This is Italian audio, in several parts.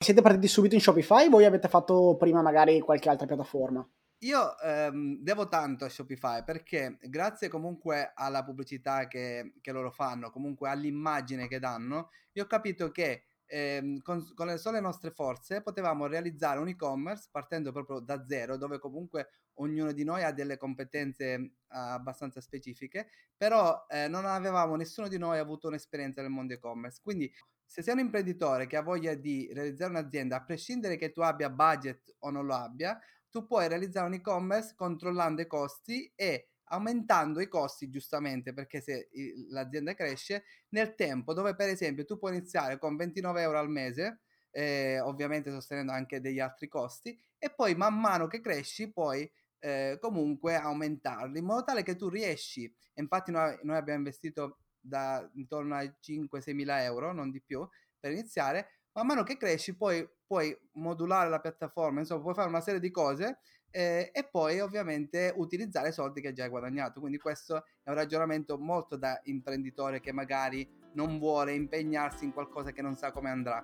siete partiti subito in Shopify o voi avete fatto prima magari qualche altra piattaforma? Io devo tanto a Shopify perché grazie comunque alla pubblicità che loro fanno, comunque all'immagine che danno, io ho capito che con le sole nostre forze potevamo realizzare un e-commerce partendo proprio da zero, dove comunque ognuno di noi ha delle competenze abbastanza specifiche, però non avevamo nessuno di noi avuto un'esperienza nel mondo e-commerce. Quindi se sei un imprenditore che ha voglia di realizzare un'azienda, a prescindere che tu abbia budget o non lo abbia, tu puoi realizzare un e-commerce controllando i costi e aumentando i costi, giustamente, perché se l'azienda cresce nel tempo, dove per esempio tu puoi iniziare con 29 euro al mese, ovviamente sostenendo anche degli altri costi, e poi man mano che cresci puoi comunque aumentarli, in modo tale che tu riesci, e infatti noi abbiamo investito da intorno ai 5-6 mila euro, non di più, per iniziare. Man mano che cresci poi puoi modulare la piattaforma, insomma puoi fare una serie di cose e poi ovviamente utilizzare i soldi che già hai guadagnato. Quindi questo è un ragionamento molto da imprenditore che magari non vuole impegnarsi in qualcosa che non sa come andrà.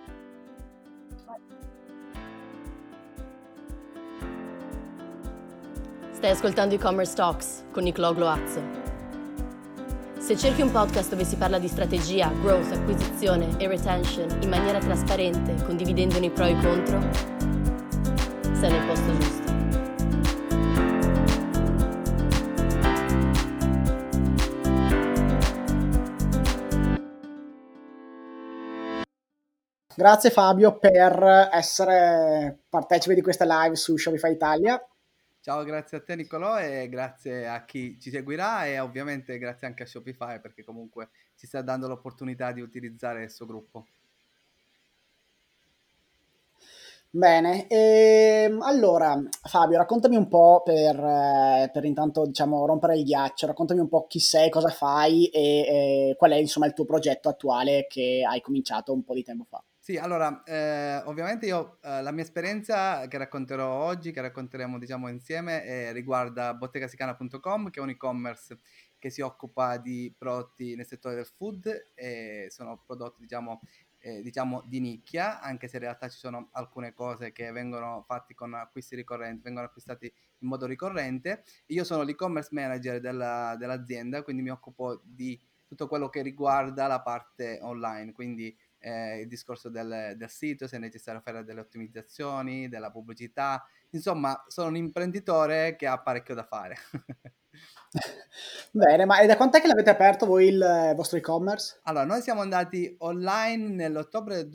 Stai ascoltando E-Commerce Talks con Nicolò Gloazzo. Se cerchi un podcast dove si parla di strategia, growth, acquisizione e retention in maniera trasparente, condividendone i pro e i contro, sei nel posto giusto. Grazie Fabio per essere partecipe di questa live su Shopify Italia. Ciao, grazie a te Nicolò e grazie a chi ci seguirà e ovviamente grazie anche a Shopify perché comunque ci sta dando l'opportunità di utilizzare il suo gruppo. Bene, allora Fabio, raccontami un po' per intanto diciamo rompere il ghiaccio, raccontami un po' chi sei, cosa fai e qual è insomma il tuo progetto attuale che hai cominciato un po' di tempo fa. Sì, allora, ovviamente io la mia esperienza che racconterò oggi, che racconteremo diciamo insieme, riguarda bottegasicana.com, che è un e-commerce che si occupa di prodotti nel settore del food e sono prodotti diciamo di nicchia, anche se in realtà ci sono alcune cose che vengono fatti con acquisti ricorrenti, vengono acquistati in modo ricorrente. Io sono l'e-commerce manager dell'azienda, quindi mi occupo di tutto quello che riguarda la parte online, quindi il discorso del sito, se è necessario fare delle ottimizzazioni, della pubblicità. Insomma, sono un imprenditore che ha parecchio da fare. Bene, ma e da quant'è che l'avete aperto voi il vostro e-commerce? Allora, noi siamo andati online nell'ottobre del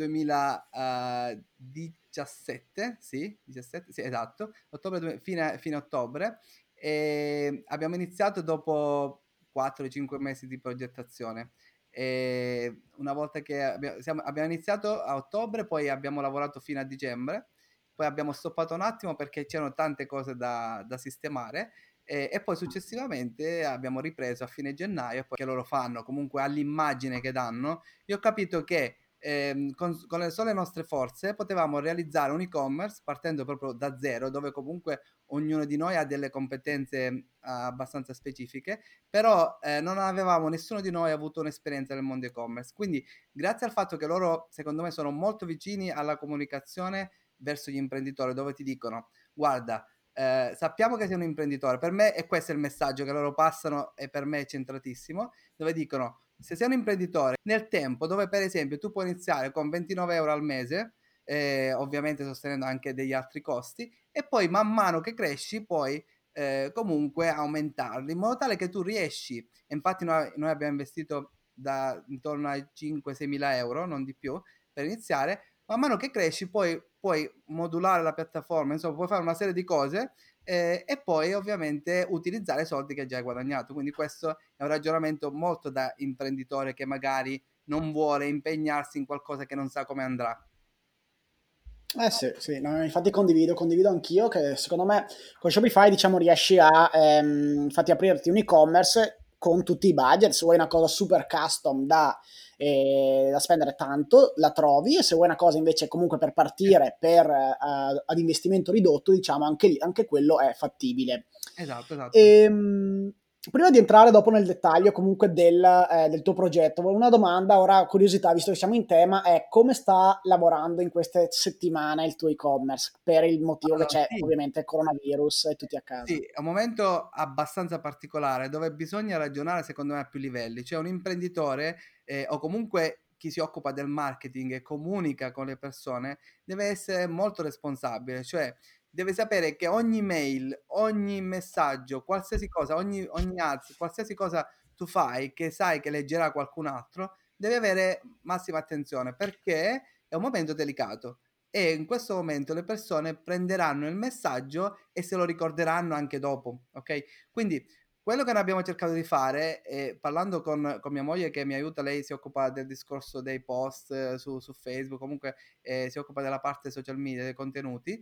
2017, sì, 17, sì, esatto, fine ottobre, e abbiamo iniziato dopo 4-5 mesi di progettazione. E una volta che abbiamo iniziato a ottobre, poi abbiamo lavorato fino a dicembre, poi abbiamo stoppato un attimo perché c'erano tante cose da sistemare e poi successivamente abbiamo ripreso a fine gennaio, e poi che loro fanno comunque all'immagine che danno, io ho capito che con le sole nostre forze potevamo realizzare un e-commerce partendo proprio da zero, dove comunque ognuno di noi ha delle competenze abbastanza specifiche, però non avevamo nessuno di noi avuto un'esperienza nel mondo e-commerce. Quindi grazie al fatto che loro secondo me sono molto vicini alla comunicazione verso gli imprenditori, dove ti dicono guarda, sappiamo che sei un imprenditore, per me e questo è il messaggio che loro passano e per me è centratissimo, dove dicono se sei un imprenditore nel tempo, dove per esempio tu puoi iniziare con 29 euro al mese, ovviamente sostenendo anche degli altri costi, e poi man mano che cresci puoi comunque aumentarli, in modo tale che tu riesci, e infatti noi abbiamo investito da intorno ai 5-6 mila euro, non di più, per iniziare. Man mano che cresci puoi modulare la piattaforma, insomma puoi fare una serie di cose e poi ovviamente utilizzare i soldi che già hai guadagnato. Quindi questo è un ragionamento molto da imprenditore che magari non vuole impegnarsi in qualcosa che non sa come andrà. Sì, sì, no, infatti condivido anch'io che secondo me con Shopify diciamo riesci a infatti aprirti un e-commerce con tutti i budget, se vuoi una cosa super custom da spendere tanto la trovi, e se vuoi una cosa invece comunque per partire ad investimento ridotto diciamo anche lì, anche quello è fattibile. Esatto, esatto. Ehm, Prima di entrare dopo nel dettaglio comunque del tuo progetto, una domanda, ora curiosità, visto che siamo in tema, è come sta lavorando in queste settimane il tuo e-commerce, per il motivo che Allora, c'è sì. ovviamente il coronavirus e tutti a casa. Sì, è un momento abbastanza particolare dove bisogna ragionare secondo me a più livelli, cioè un imprenditore o comunque chi si occupa del marketing e comunica con le persone deve essere molto responsabile, cioè deve sapere che ogni mail, ogni messaggio, qualsiasi cosa, ogni ads, qualsiasi cosa tu fai che sai che leggerà qualcun altro, deve avere massima attenzione perché è un momento delicato e in questo momento le persone prenderanno il messaggio e se lo ricorderanno anche dopo, ok? Quindi quello che noi abbiamo cercato di fare, parlando con mia moglie che mi aiuta, lei si occupa del discorso dei post su Facebook, comunque si occupa della parte social media, dei contenuti,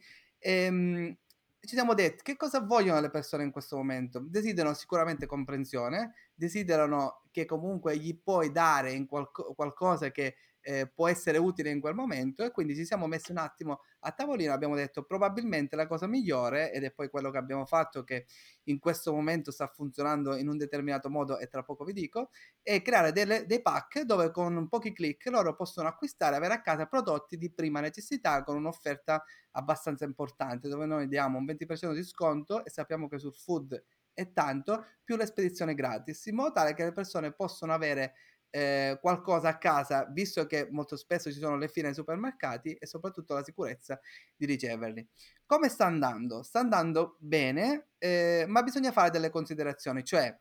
ehm, ci siamo detti che cosa vogliono le persone in questo momento? Desiderano sicuramente comprensione, desiderano che comunque gli puoi dare in qualcosa che può essere utile in quel momento e quindi ci siamo messi un attimo a tavolino, abbiamo detto probabilmente la cosa migliore ed è poi quello che abbiamo fatto che in questo momento sta funzionando in un determinato modo e tra poco vi dico, è creare dei pack dove con pochi click loro possono acquistare, avere a casa prodotti di prima necessità con un'offerta abbastanza importante dove noi diamo un 20% di sconto e sappiamo che sul food è tanto, più le spedizioni gratis, in modo tale che le persone possono avere qualcosa a casa, visto che molto spesso ci sono le file nei supermercati e soprattutto la sicurezza di riceverli. Come sta andando? Sta andando bene, ma bisogna fare delle considerazioni, cioè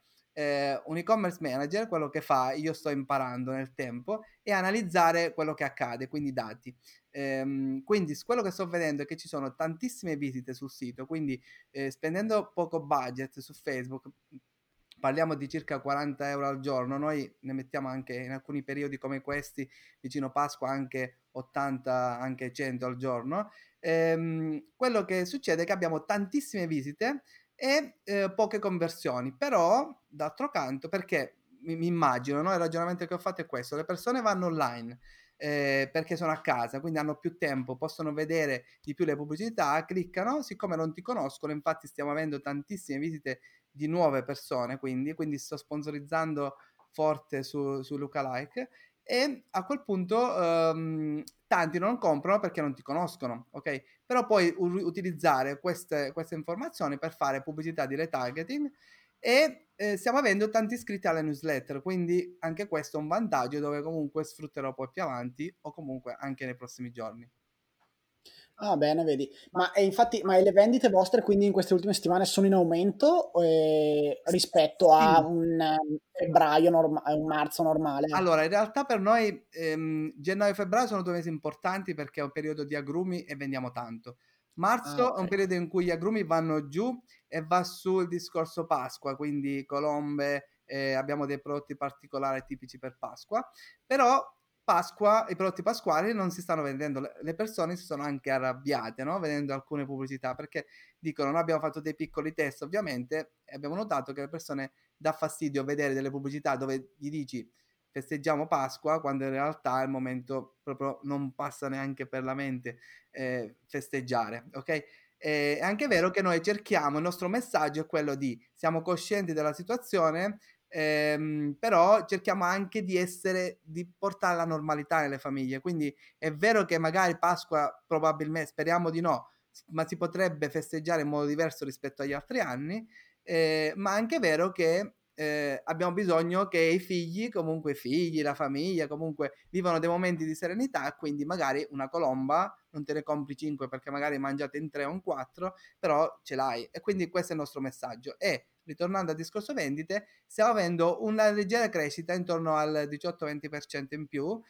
un e-commerce manager, quello che fa, io sto imparando nel tempo, è analizzare quello che accade, quindi dati. Quindi quello che sto vedendo è che ci sono tantissime visite sul sito, quindi spendendo poco budget su Facebook, parliamo di circa 40 euro al giorno, noi ne mettiamo anche in alcuni periodi come questi, vicino Pasqua, anche 80, anche 100 al giorno. Quello che succede è che abbiamo tantissime visite e poche conversioni, però d'altro canto, perché mi immagino, no? Il ragionamento che ho fatto è questo, le persone vanno online, perché sono a casa, quindi hanno più tempo, possono vedere di più le pubblicità, cliccano, siccome non ti conoscono, infatti stiamo avendo tantissime visite di nuove persone, quindi sto sponsorizzando forte su Lookalike e a quel punto tanti non comprano perché non ti conoscono, ok? Però puoi utilizzare queste informazioni per fare pubblicità di retargeting e stiamo avendo tanti iscritti alla newsletter, quindi anche questo è un vantaggio dove comunque sfrutterò poi più avanti o comunque anche nei prossimi giorni. Ah, bene, vedi. Ma infatti, ma le vendite vostre quindi in queste ultime settimane sono in aumento rispetto a Sì. un febbraio, un marzo normale? Allora, in realtà per noi gennaio e febbraio sono 2 mesi importanti perché è un periodo di agrumi e vendiamo tanto. Ah, Marzo è ok. un periodo in cui gli agrumi vanno giù e va su il discorso Pasqua, quindi colombe, abbiamo dei prodotti particolari tipici per Pasqua, però Pasqua, i prodotti pasquali non si stanno vendendo, le persone si sono anche arrabbiate, no? Vedendo alcune pubblicità perché dicono: noi abbiamo fatto dei piccoli test ovviamente e abbiamo notato che le persone dà fastidio vedere delle pubblicità dove gli dici festeggiamo Pasqua quando in realtà al momento proprio non passa neanche per la mente festeggiare, ok? È anche vero che noi cerchiamo, il nostro messaggio è quello di siamo coscienti della situazione, però cerchiamo anche di essere, di portare la normalità nelle famiglie. Quindi è vero che magari Pasqua probabilmente, speriamo di no, ma si potrebbe festeggiare in modo diverso rispetto agli altri anni, ma è anche vero che abbiamo bisogno che i figli, comunque i figli, la famiglia, comunque vivano dei momenti di serenità, quindi magari una colomba non te ne compri 5 perché magari mangiate in 3 o in 4, però ce l'hai. E quindi questo è il nostro messaggio. E ritornando al discorso vendite, stiamo avendo una leggera crescita intorno al 18-20% in più,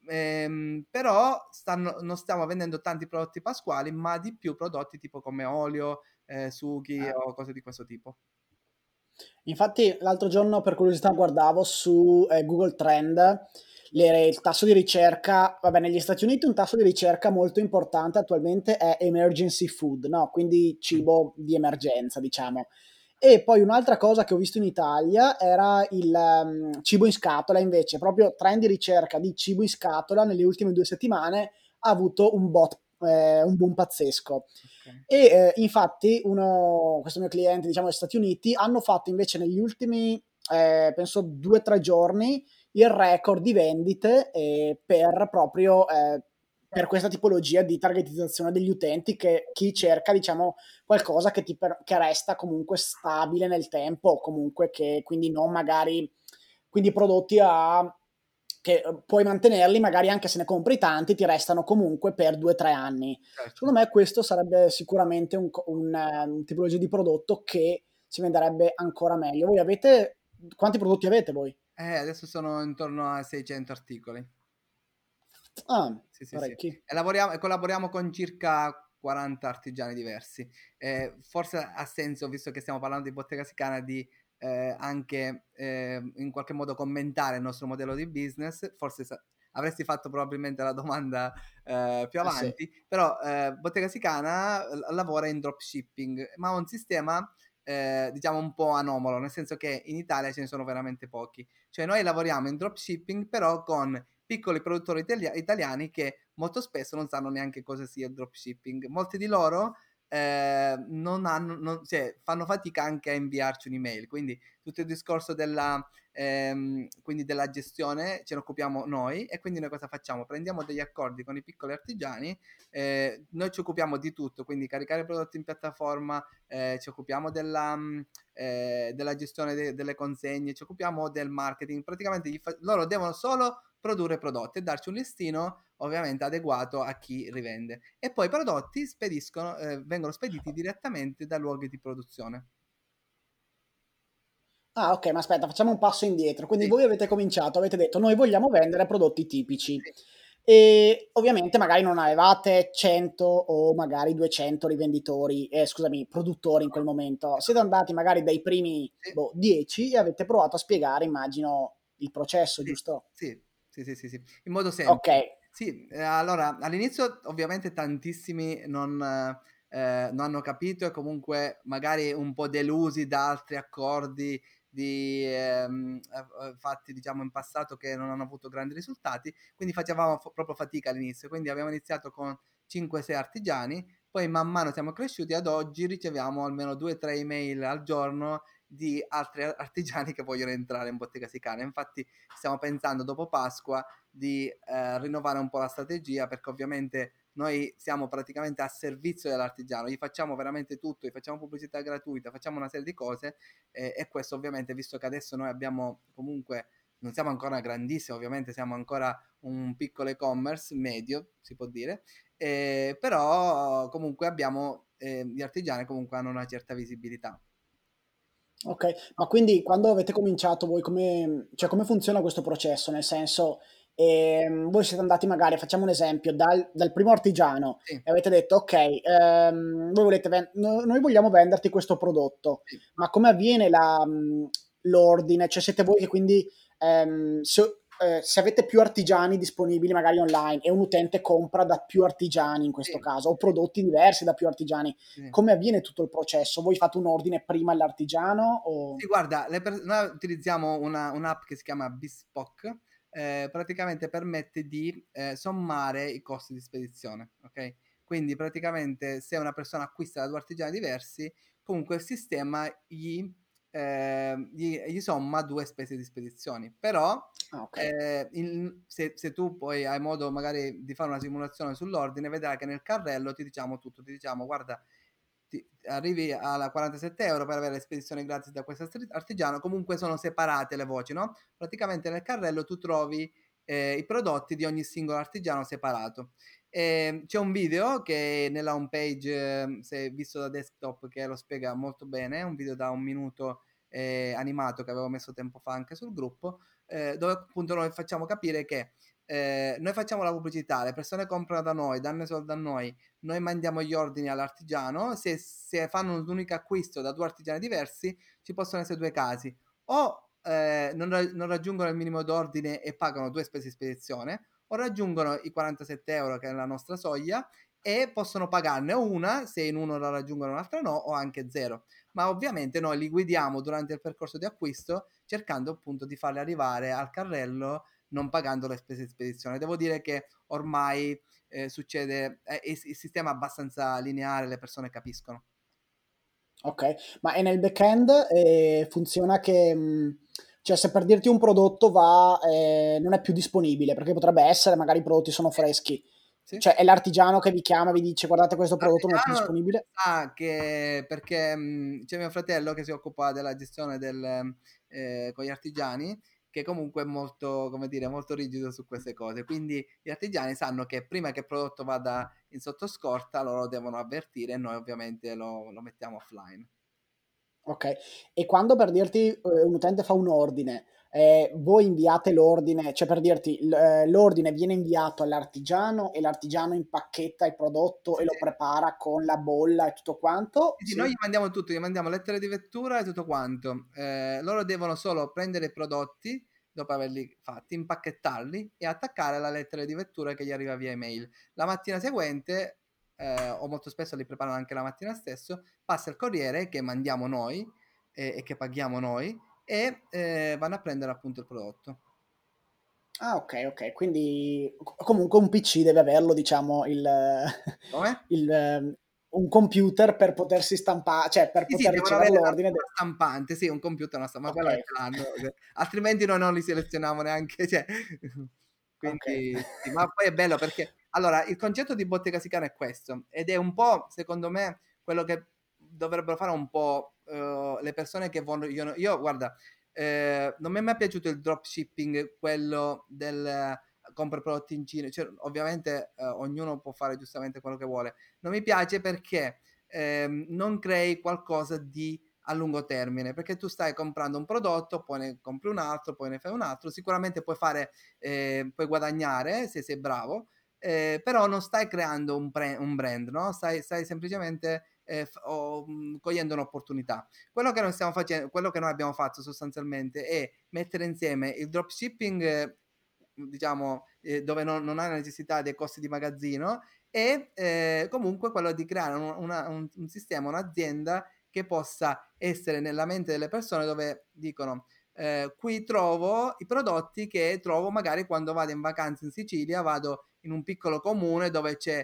però non stiamo vendendo tanti prodotti pasquali, ma di più prodotti tipo come olio, succhi Ah. o cose di questo tipo. Infatti l'altro giorno per curiosità guardavo su Google Trend il tasso di ricerca, vabbè negli Stati Uniti un tasso di ricerca molto importante attualmente è emergency food, no? Quindi cibo di emergenza, diciamo. E poi un'altra cosa che ho visto in Italia era il cibo in scatola, invece proprio trend di ricerca di cibo in scatola nelle ultime 2 settimane ha avuto un bot un boom pazzesco. Okay. E infatti questo mio cliente, diciamo, degli Stati Uniti, hanno fatto invece negli ultimi, penso 2-3 giorni, il record di vendite per proprio per questa tipologia di targetizzazione degli utenti, che chi cerca, diciamo, qualcosa che resta comunque stabile nel tempo, comunque che quindi non magari quindi prodotti che puoi mantenerli, magari anche se ne compri tanti, ti restano comunque per 2-3 anni. Certo. Secondo me questo sarebbe sicuramente un tipologia di prodotto che si venderebbe ancora meglio. Quanti prodotti avete voi? Adesso sono intorno a 600 articoli. Ah, Sì, sì, sì. parecchi. E collaboriamo con circa 40 artigiani diversi. Forse ha senso, visto che stiamo parlando di Bottega Sicana, di anche in qualche modo commentare il nostro modello di business. Forse avresti fatto probabilmente la domanda più Sì. avanti, però Bottega Sicana lavora in dropshipping, ma ha un sistema diciamo un po' anomalo, nel senso che in Italia ce ne sono veramente pochi. Cioè noi lavoriamo in dropshipping però con piccoli produttori italiani che molto spesso non sanno neanche cosa sia il dropshipping. Molti di loro cioè, fanno fatica anche a inviarci un'email, quindi tutto il discorso quindi della gestione ce ne occupiamo noi, e quindi noi cosa facciamo? Prendiamo degli accordi con i piccoli artigiani, noi ci occupiamo di tutto, quindi caricare prodotti in piattaforma, ci occupiamo della gestione delle consegne, ci occupiamo del marketing, praticamente loro devono solo produrre prodotti e darci un listino ovviamente adeguato a chi rivende, e poi i prodotti vengono spediti direttamente da luoghi di produzione. Ah, ok, ma aspetta, facciamo un passo indietro. Quindi Sì, voi avete cominciato, avete detto noi vogliamo vendere prodotti tipici sì, e ovviamente magari non avevate 100 o magari 200 rivenditori, scusami, produttori in quel momento. Siete esatto. andati magari dai primi Sì, 10 e avete provato a spiegare, immagino, il processo, sì, giusto? sì, sì, sì, sì, sì, in modo Ok, semplice. Sì, allora all'inizio ovviamente tantissimi non hanno capito, e comunque magari un po' delusi da altri accordi fatti diciamo in passato, che non hanno avuto grandi risultati, quindi facevamo proprio fatica all'inizio. Quindi abbiamo iniziato con 5-6 artigiani, poi man mano siamo cresciuti, ad oggi riceviamo almeno 2-3 email al giorno di altri artigiani che vogliono entrare in Bottega Sicana. Infatti stiamo pensando dopo Pasqua di rinnovare un po' la strategia, perché ovviamente noi siamo praticamente a servizio dell'artigiano, gli facciamo veramente tutto, gli facciamo pubblicità gratuita, facciamo una serie di cose, e questo ovviamente, visto che adesso noi abbiamo comunque, non siamo ancora grandissimi, ovviamente siamo ancora un piccolo e-commerce medio, si può dire, però comunque abbiamo gli artigiani comunque hanno una certa visibilità. ok. Ma quindi quando avete cominciato voi, come funziona questo processo? Nel senso, voi siete andati magari, facciamo un esempio, dal primo artigiano Sì, e avete detto, ok, voi noi vogliamo venderti questo prodotto, sì. ma come avviene l'ordine? Cioè siete voi che quindi, se avete più artigiani disponibili magari online e un utente compra da più artigiani in questo Sì, caso, o prodotti diversi da più artigiani, sì. come avviene tutto il processo? Voi fate un ordine prima all'artigiano o... Sì, guarda, noi utilizziamo un'app che si chiama Bespoke, praticamente permette di sommare i costi di spedizione, ok? Quindi praticamente se una persona acquista da 2 artigiani diversi, comunque il sistema gli somma 2 spese di spedizioni. Però Ah, ok. se tu poi hai modo magari di fare una simulazione sull'ordine, vedrai che nel carrello ti diciamo tutto, ti diciamo guarda, arrivi alla 47 € per avere le spedizioni gratis da questo artigiano. Comunque sono separate le voci, no? Praticamente nel carrello tu trovi i prodotti di ogni singolo artigiano separato. C'è un video che nella home page, se visto da desktop, che lo spiega molto bene, un video da 1 minuto animato che avevo messo tempo fa anche sul gruppo, dove appunto noi facciamo capire che noi facciamo la pubblicità, le persone comprano da noi, danno i soldi a noi mandiamo gli ordini all'artigiano. Se fanno un unico acquisto da 2 artigiani diversi, ci possono essere 2 casi: o non raggiungono il minimo d'ordine e pagano 2 spese di spedizione, o raggiungono i 47 € che è la nostra soglia, e possono pagarne o una, se in uno la raggiungono e l'altra no, o anche 0. Ma ovviamente noi li guidiamo durante il percorso di acquisto, cercando appunto di farli arrivare al carrello non pagando le spese di spedizione. Devo dire che ormai succede, il sistema è abbastanza lineare, le persone capiscono. Ok, ma e nel back-end funziona che, cioè se per dirti un prodotto va, non è più disponibile, perché potrebbe essere, magari i prodotti sono freschi, Sì. cioè è l'artigiano che vi chiama, vi dice guardate questo prodotto non è più L'artigiano disponibile? sa che, perché c'è mio fratello che si occupa della gestione con gli artigiani, che comunque è molto, come dire, molto rigido su queste cose. Quindi gli artigiani sanno che prima che il prodotto vada in sottoscorta loro devono avvertire e noi ovviamente lo mettiamo offline. Ok, e quando per dirti un utente fa un ordine, voi inviate l'ordine, cioè per dirti l'ordine viene inviato all'artigiano e l'artigiano impacchetta il prodotto Sì, e lo prepara con la bolla e tutto quanto? sì, sì, noi Sì? gli mandiamo tutto, gli mandiamo lettere di vettura e tutto quanto. Loro devono solo prendere i prodotti dopo averli fatti, impacchettarli e attaccare la lettera di vettura che gli arriva via email. La mattina seguente, o molto spesso li preparano anche la mattina stesso, passa il corriere che mandiamo noi e che paghiamo noi e vanno a prendere appunto il prodotto. Ah, ok, quindi comunque un PC deve averlo, diciamo, Come? un computer per potersi stampare, cioè per Sì, sì, poter devono ricevere avere l'ordine. una stampante, sì, un computer, una ma Ok, quella ce l'hanno, altrimenti noi non li selezioniamo neanche, cioè, ok. quindi sì, ma poi è bello perché allora il concetto di bottega sicana è questo ed è un po', secondo me, quello che dovrebbero fare un po' le persone che vogliono. Io guarda, non mi è mai piaciuto il dropshipping, quello del compra prodotti in Cina, cioè, ovviamente ognuno può fare giustamente quello che vuole. Non mi piace perché non crei qualcosa di a lungo termine, perché tu stai comprando un prodotto, poi ne compri un altro, poi ne fai un altro, sicuramente puoi fare, puoi guadagnare se sei bravo, però non stai creando un brand, no? Stai semplicemente cogliendo un'opportunità. Quello che noi stiamo facendo, quello che noi abbiamo fatto sostanzialmente è mettere insieme il dropshipping, diciamo, dove non hai necessità dei costi di magazzino e comunque quello di creare un sistema, un'azienda che possa essere nella mente delle persone dove dicono qui trovo i prodotti che trovo magari quando vado in vacanza in Sicilia, vado in un piccolo comune dove c'è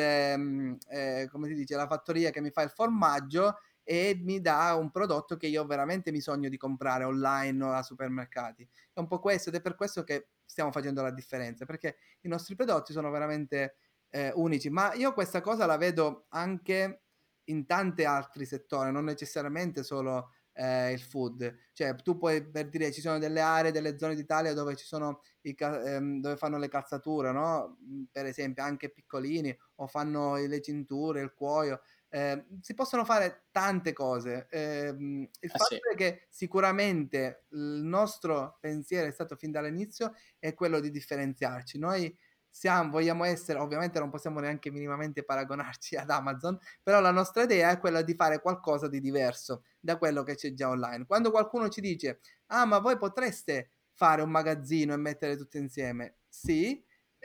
come si dice, la fattoria che mi fa il formaggio e mi dà un prodotto che io veramente mi sogno di comprare online o a supermercati. È un po' questo ed è per questo che stiamo facendo la differenza, perché i nostri prodotti sono veramente unici, ma io questa cosa la vedo anche in tanti altri settori, non necessariamente solo il food, cioè tu puoi, per dire, ci sono delle aree, delle zone d'Italia dove ci sono dove fanno le calzature, no? Per esempio anche piccolini o fanno le cinture, il cuoio, si possono fare tante cose. Il Sì. fatto è che sicuramente il nostro pensiero è stato fin dall'inizio è quello di differenziarci. Noi vogliamo essere, ovviamente non possiamo neanche minimamente paragonarci ad Amazon, però la nostra idea è quella di fare qualcosa di diverso da quello che c'è già online. Quando qualcuno ci dice, ah, ma voi potreste fare un magazzino e mettere tutto insieme, sì,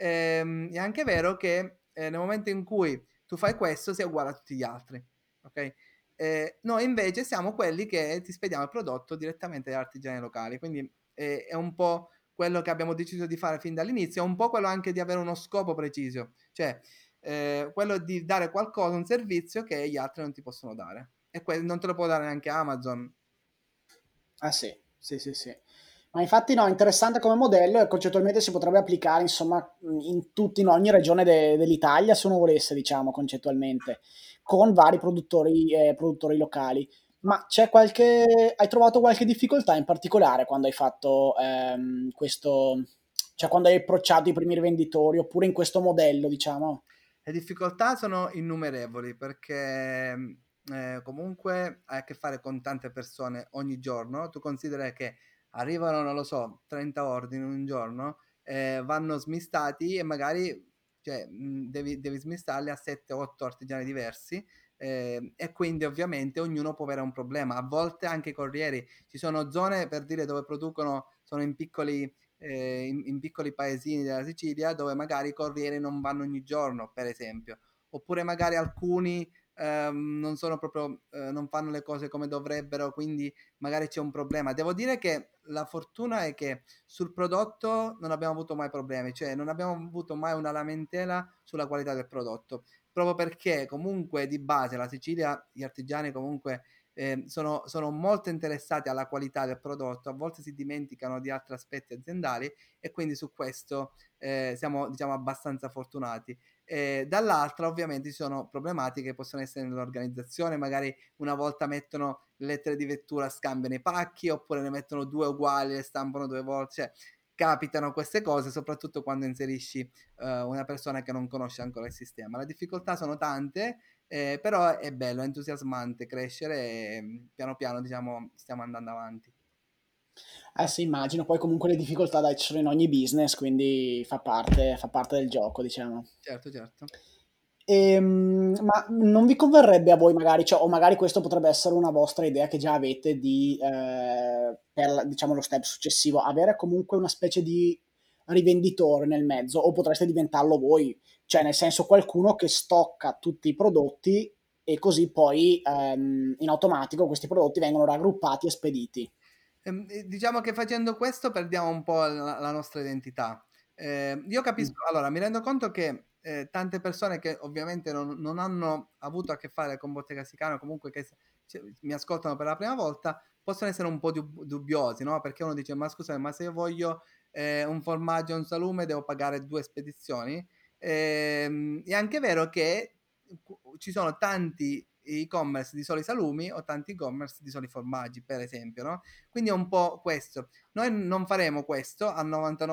è anche vero che nel momento in cui tu fai questo sei uguale a tutti gli altri, ok? Noi invece siamo quelli che ti spediamo il prodotto direttamente dagli artigiani locali, quindi è un po' quello che abbiamo deciso di fare fin dall'inizio, è un po' quello anche di avere uno scopo preciso, cioè quello di dare qualcosa, un servizio che gli altri non ti possono dare. E non te lo può dare neanche Amazon. Ah sì. Ma infatti no, interessante come modello e concettualmente si potrebbe applicare insomma in tutti, in ogni regione dell'Italia se uno volesse, diciamo, concettualmente, con vari produttori locali. Ma hai trovato qualche difficoltà in particolare quando hai fatto questo, cioè quando hai approcciato i primi rivenditori oppure in questo modello, diciamo? Le difficoltà sono innumerevoli perché comunque hai a che fare con tante persone ogni giorno. Tu considera che arrivano, non lo so, 30 ordini in un giorno, vanno smistati e magari cioè, devi smistarli a 7-8 artigiani diversi. E quindi ovviamente ognuno può avere un problema. A volte anche i corrieri, ci sono zone per dire dove producono, sono in in piccoli paesini della Sicilia dove magari i corrieri non vanno ogni giorno, per esempio, oppure magari alcuni non sono proprio, non fanno le cose come dovrebbero, quindi magari c'è un problema. Devo dire che la fortuna è che sul prodotto non abbiamo avuto mai problemi, cioè non abbiamo avuto mai una lamentela sulla qualità del prodotto, proprio perché comunque di base la Sicilia, gli artigiani comunque sono molto interessati alla qualità del prodotto, a volte si dimenticano di altri aspetti aziendali e quindi su questo siamo diciamo abbastanza fortunati. Dall'altra ovviamente ci sono problematiche che possono essere nell'organizzazione, magari una volta mettono le lettere di vettura, scambiano i pacchi, oppure ne mettono due uguali, le stampano due volte, cioè capitano queste cose soprattutto quando inserisci una persona che non conosce ancora il sistema. Le difficoltà sono tante, però è bello, è entusiasmante crescere e piano piano diciamo stiamo andando avanti. Eh sì, immagino, poi comunque le difficoltà dai, ci sono in ogni business, quindi fa parte del gioco, diciamo. Certo, certo. Ma non vi converrebbe a voi magari, cioè, o magari questo potrebbe essere una vostra idea che già avete di, per diciamo lo step successivo, avere comunque una specie di rivenditore nel mezzo, o potreste diventarlo voi, cioè nel senso qualcuno che stocca tutti i prodotti e così poi in automatico questi prodotti vengono raggruppati e spediti. Diciamo che facendo questo perdiamo un po' la nostra identità. Io Mm. capisco, allora mi rendo conto che tante persone che ovviamente non hanno avuto a che fare con Bottega Sicana, comunque che mi ascoltano per la prima volta, possono essere un po' dubbiosi, no? Perché uno dice, ma scusami, ma se io voglio un formaggio e un salume devo pagare 2 spedizioni? È anche vero che ci sono tanti e-commerce di soli salumi o tanti e-commerce di soli formaggi, per esempio, no? Quindi è un po' questo. Noi non faremo questo al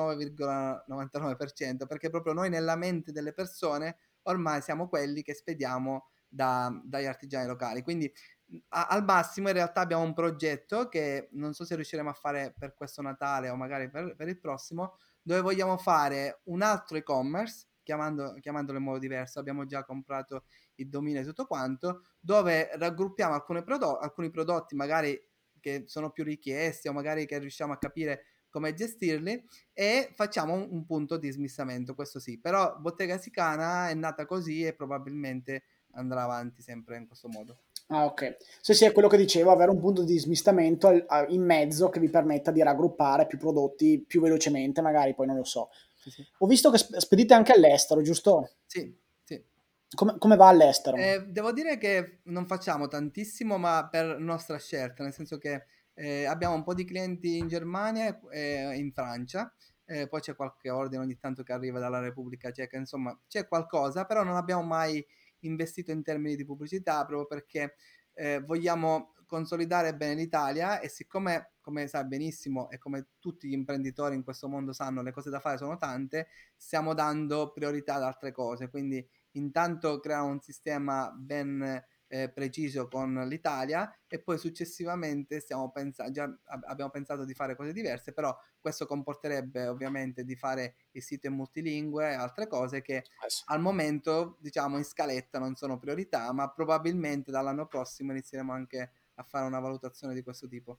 99,99% perché proprio noi nella mente delle persone ormai siamo quelli che spediamo dagli artigiani locali. Quindi al massimo in realtà abbiamo un progetto che non so se riusciremo a fare per questo Natale o magari per il prossimo, dove vogliamo fare un altro e-commerce, chiamandolo in modo diverso. Abbiamo già comprato il dominio e tutto quanto, dove raggruppiamo alcuni prodotti magari che sono più richiesti o magari che riusciamo a capire come gestirli e facciamo un punto di smistamento, questo sì. Però Bottega Sicana è nata così e probabilmente andrà avanti sempre in questo modo. Ah, ok. Sì, sì, è quello che dicevo, avere un punto di smistamento in mezzo che vi permetta di raggruppare più prodotti più velocemente, magari, poi non lo so. Sì, sì. Ho visto che spedite anche all'estero, giusto? Sì, sì. Come va all'estero? Devo dire che non facciamo tantissimo, ma per nostra scelta, nel senso che abbiamo un po' di clienti in Germania e in Francia, poi c'è qualche ordine ogni tanto che arriva dalla Repubblica Ceca, insomma c'è qualcosa, però non abbiamo mai investito in termini di pubblicità proprio perché vogliamo consolidare bene l'Italia e siccome, come sai benissimo e come tutti gli imprenditori in questo mondo sanno, le cose da fare sono tante, stiamo dando priorità ad altre cose, quindi intanto creare un sistema ben preciso con l'Italia e poi successivamente abbiamo pensato di fare cose diverse, però questo comporterebbe ovviamente di fare il sito in multilingue e altre cose che Sì. al momento diciamo in scaletta non sono priorità, ma probabilmente dall'anno prossimo inizieremo anche a fare una valutazione di questo tipo.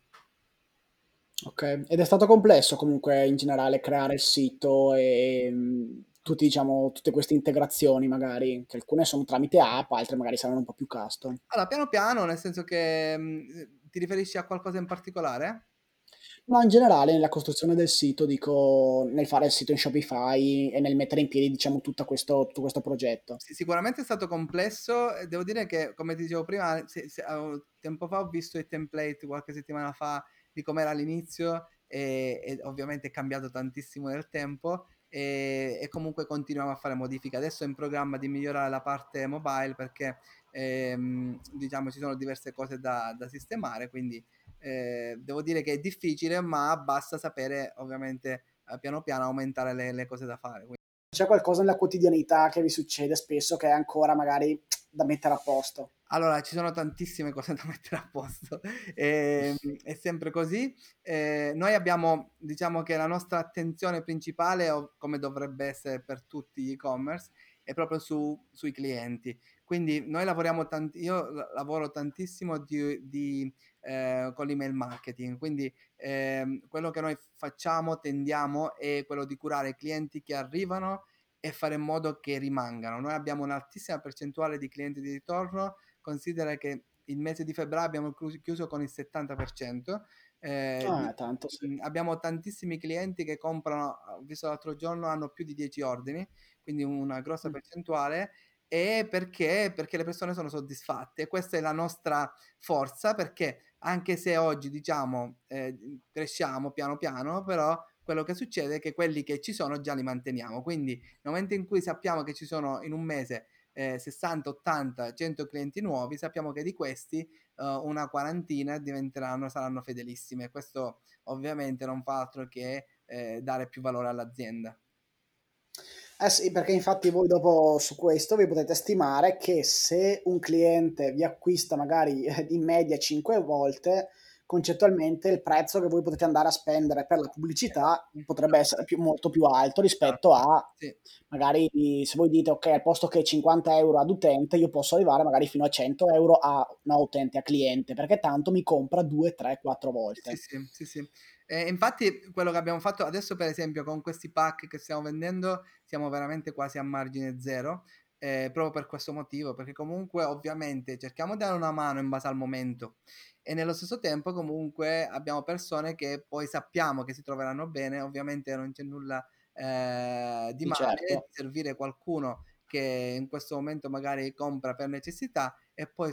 Ok, ed è stato complesso comunque in generale creare il sito e diciamo, tutte queste integrazioni magari, che alcune sono tramite app, altre magari saranno un po' più custom. Allora, piano piano, nel senso che ti riferisci a qualcosa in particolare? No, in generale nella costruzione del sito, dico, nel fare il sito in Shopify e nel mettere in piedi, diciamo, tutto questo progetto. Sicuramente è stato complesso, devo dire che come ti dicevo prima, tempo fa ho visto i template qualche settimana fa di com'era all'inizio e ovviamente è cambiato tantissimo nel tempo e comunque continuiamo a fare modifiche. Adesso è in programma di migliorare la parte mobile perché diciamo ci sono diverse cose da sistemare, quindi devo dire che è difficile, ma basta sapere ovviamente piano piano aumentare le cose da fare. C'è qualcosa nella quotidianità che vi succede spesso che è ancora magari da mettere a posto? Allora, ci sono tantissime cose da mettere a posto, è sempre così. Noi abbiamo diciamo che la nostra attenzione principale, o come dovrebbe essere per tutti gli e-commerce, è proprio sui clienti. Quindi noi lavoriamo io lavoro tantissimo con l'email marketing, quindi quello che noi facciamo, tendiamo, è quello di curare i clienti che arrivano e fare in modo che rimangano. Noi abbiamo un'altissima percentuale di clienti di ritorno considera che il mese di febbraio abbiamo chiuso con il 70%. Tanto sì. Abbiamo tantissimi clienti che comprano, ho visto l'altro giorno, hanno più di 10 ordini, quindi una grossa percentuale. E perché le persone sono soddisfatte, e questa è la nostra forza, perché anche se oggi diciamo cresciamo piano piano, però quello che succede è che quelli che ci sono già li manteniamo, quindi nel momento in cui sappiamo che ci sono in un mese 60, 80, 100 clienti nuovi, sappiamo che di questi una quarantina saranno fedelissime. Questo ovviamente non fa altro che dare più valore all'azienda. Eh sì, perché infatti voi dopo su questo vi potete stimare che se un cliente vi acquista magari in media 5 volte, concettualmente il prezzo che voi potete andare a spendere per la pubblicità potrebbe essere molto più alto rispetto a Sì. magari se voi dite ok, al posto che 50 euro ad utente, io posso arrivare magari fino a 100 euro a no, utente, a cliente, perché tanto mi compra 2, 3, 4 volte. Sì. Infatti quello che abbiamo fatto adesso, per esempio, con questi pack che stiamo vendendo, siamo veramente quasi a margine zero, proprio per questo motivo, perché comunque ovviamente cerchiamo di dare una mano in base al momento, e nello stesso tempo comunque abbiamo persone che poi sappiamo che si troveranno bene. Ovviamente non c'è nulla di Di male certo. di servire qualcuno che in questo momento magari compra per necessità, e poi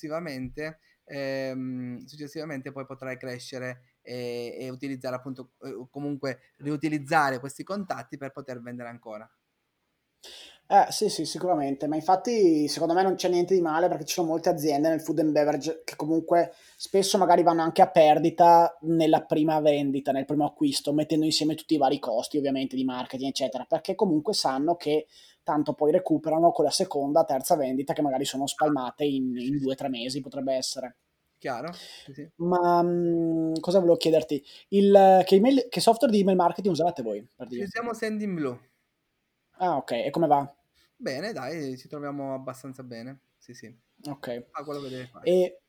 successivamente poi potrai crescere e utilizzare appunto comunque riutilizzare questi contatti per poter vendere ancora. Sì, sì, sicuramente, ma infatti secondo me non c'è niente di male perché ci sono molte aziende nel food and beverage che comunque spesso magari vanno anche a perdita nella prima vendita, nel primo acquisto, mettendo insieme tutti i vari costi ovviamente di marketing eccetera, perché comunque sanno che tanto poi recuperano con la seconda, terza vendita che magari sono spalmate in Sì, 2 o 3 mesi, potrebbe essere. chiaro? Sì. Ma cosa volevo chiederti? Che software di email marketing usate voi, per Ci dire? usiamo Sendinblue. Ah, ok, e come va? Bene, dai, ci troviamo abbastanza bene. Sì. Ok. Fa quello che deve fare. E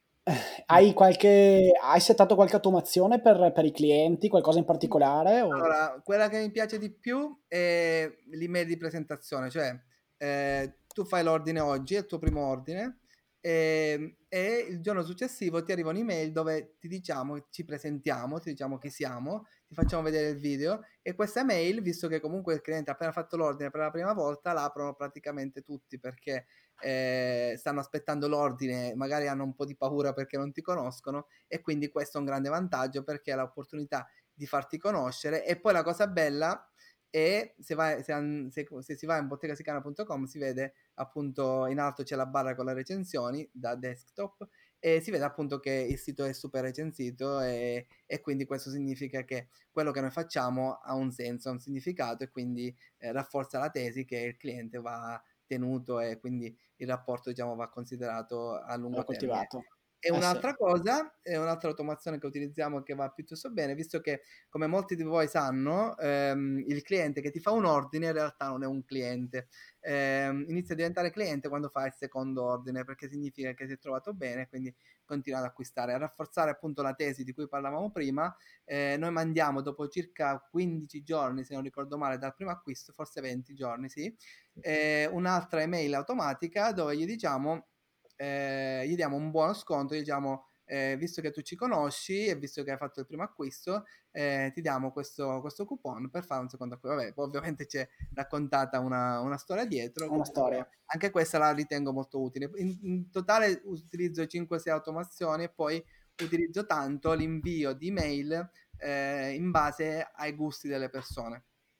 hai settato qualche automazione per i clienti, qualcosa in particolare? Allora, quella che mi piace di più è l'email di presentazione, cioè tu fai l'ordine oggi, è il tuo primo ordine, e il giorno successivo ti arriva un'email dove ti diciamo, ci presentiamo, ti diciamo chi siamo, ti facciamo vedere il video, e questa mail, visto che comunque il cliente ha appena fatto l'ordine per la prima volta, la aprono praticamente tutti, perché stanno aspettando l'ordine, magari hanno un po' di paura perché non ti conoscono, e quindi questo è un grande vantaggio, perché è l'opportunità di farti conoscere. E poi la cosa bella è se si va in bottegasicana.com, si vede appunto in alto c'è la barra con le recensioni da desktop, e si vede appunto che il sito è super recensito, e quindi questo significa che quello che noi facciamo ha un senso, ha un significato, e quindi rafforza la tesi che il cliente va tenuto, e quindi il rapporto diciamo va considerato a L'ho lungo termine. coltivato. E Sì. un'altra cosa, è un'altra automazione che utilizziamo che va piuttosto bene, visto che, come molti di voi sanno, il cliente che ti fa un ordine in realtà non è un cliente. Inizia a diventare cliente quando fa il secondo ordine, perché significa che si è trovato bene, quindi continua ad acquistare. A rafforzare appunto la tesi di cui parlavamo prima, noi mandiamo dopo circa 15 giorni, se non ricordo male, dal primo acquisto, forse 20 giorni, sì, un'altra email automatica dove gli diamo un buono sconto, gli diciamo visto che tu ci conosci e visto che hai fatto il primo acquisto, ti diamo questo coupon per fare un secondo acquisto. Vabbè, poi ovviamente c'è raccontata una storia dietro, Una comunque storia. anche questa la ritengo molto utile. In totale utilizzo 5-6 automazioni, e poi utilizzo tanto l'invio di email in base ai gusti delle persone.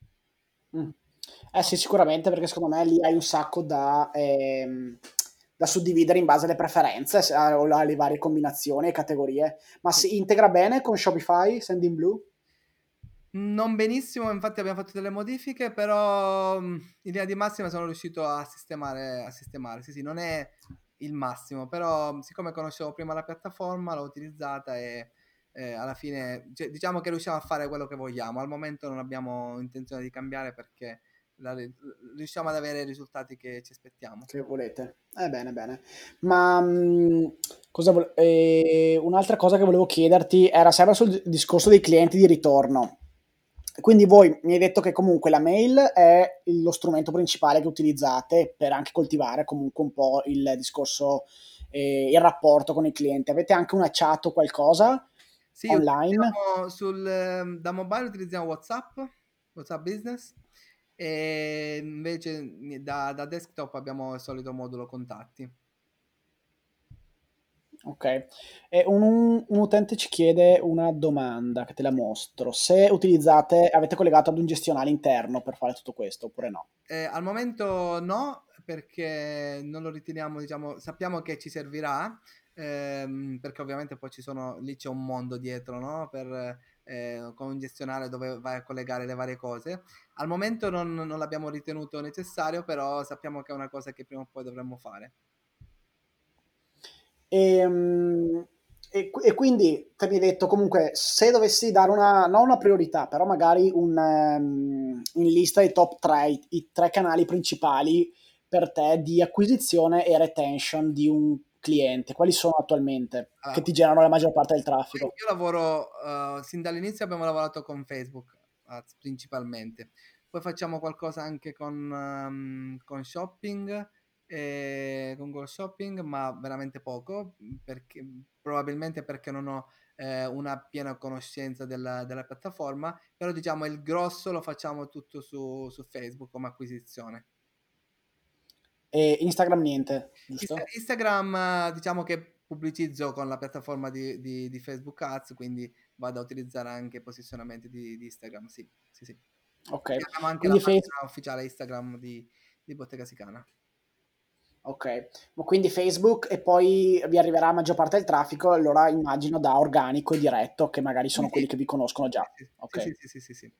Sì, sicuramente perché secondo me lì hai un sacco da suddividere in base alle preferenze o alle varie combinazioni e categorie. Ma Sì. si integra bene con Shopify, Sendinblue? Non benissimo, infatti abbiamo fatto delle modifiche, però in linea di massima sono riuscito a sistemare. Sì, non è il massimo, però siccome conoscevo prima la piattaforma, l'ho utilizzata, e alla fine diciamo che riusciamo a fare quello che vogliamo. Al momento non abbiamo intenzione di cambiare, perché riusciamo ad avere i risultati che ci aspettiamo. Che volete? Bene, bene. Ma un'altra cosa che volevo chiederti era sempre sul discorso dei clienti di ritorno. Quindi voi mi hai detto che comunque la mail è lo strumento principale che utilizzate per anche coltivare comunque un po' il discorso il rapporto con il cliente? Avete anche una chat o qualcosa Sì, online? utilizziamo da mobile utilizziamo WhatsApp, WhatsApp Business, e invece da desktop abbiamo il solito modulo contatti. Ok, e un utente ci chiede una domanda che te la mostro. Se avete collegato ad un gestionale interno per fare tutto questo oppure no? Al momento no, perché non lo riteniamo, diciamo, sappiamo che ci servirà, perché ovviamente poi lì c'è un mondo dietro, no? Con un gestionale dove vai a collegare le varie cose. Al momento non l'abbiamo ritenuto necessario, però sappiamo che è una cosa che prima o poi dovremmo fare. E quindi te mi hai detto comunque se dovessi dare non una priorità, però magari in lista i top 3, i 3 canali principali per te di acquisizione e retention di un cliente, quali sono attualmente che Allora, ti generano la maggior parte del poi traffico? io lavoro, sin dall'inizio abbiamo lavorato con Facebook Ads principalmente, poi facciamo qualcosa anche con shopping, con Google Shopping, ma veramente poco, probabilmente perché non ho una piena conoscenza della piattaforma, però diciamo il grosso lo facciamo tutto su Facebook come acquisizione. E Instagram niente, giusto? Instagram, diciamo che pubblicizzo con la piattaforma di Facebook Ads, quindi vado a utilizzare anche posizionamenti di Instagram, sì, sì, sì. Ok, E abbiamo anche la quindi pagina ufficiale Instagram di Bottega Sicana. ok, ma quindi Facebook e poi vi arriverà la maggior parte del traffico, allora immagino da organico e diretto, che magari Sì, sono sì, quelli che vi conoscono già. sì, sì, Ok. sì, sì, sì, sì.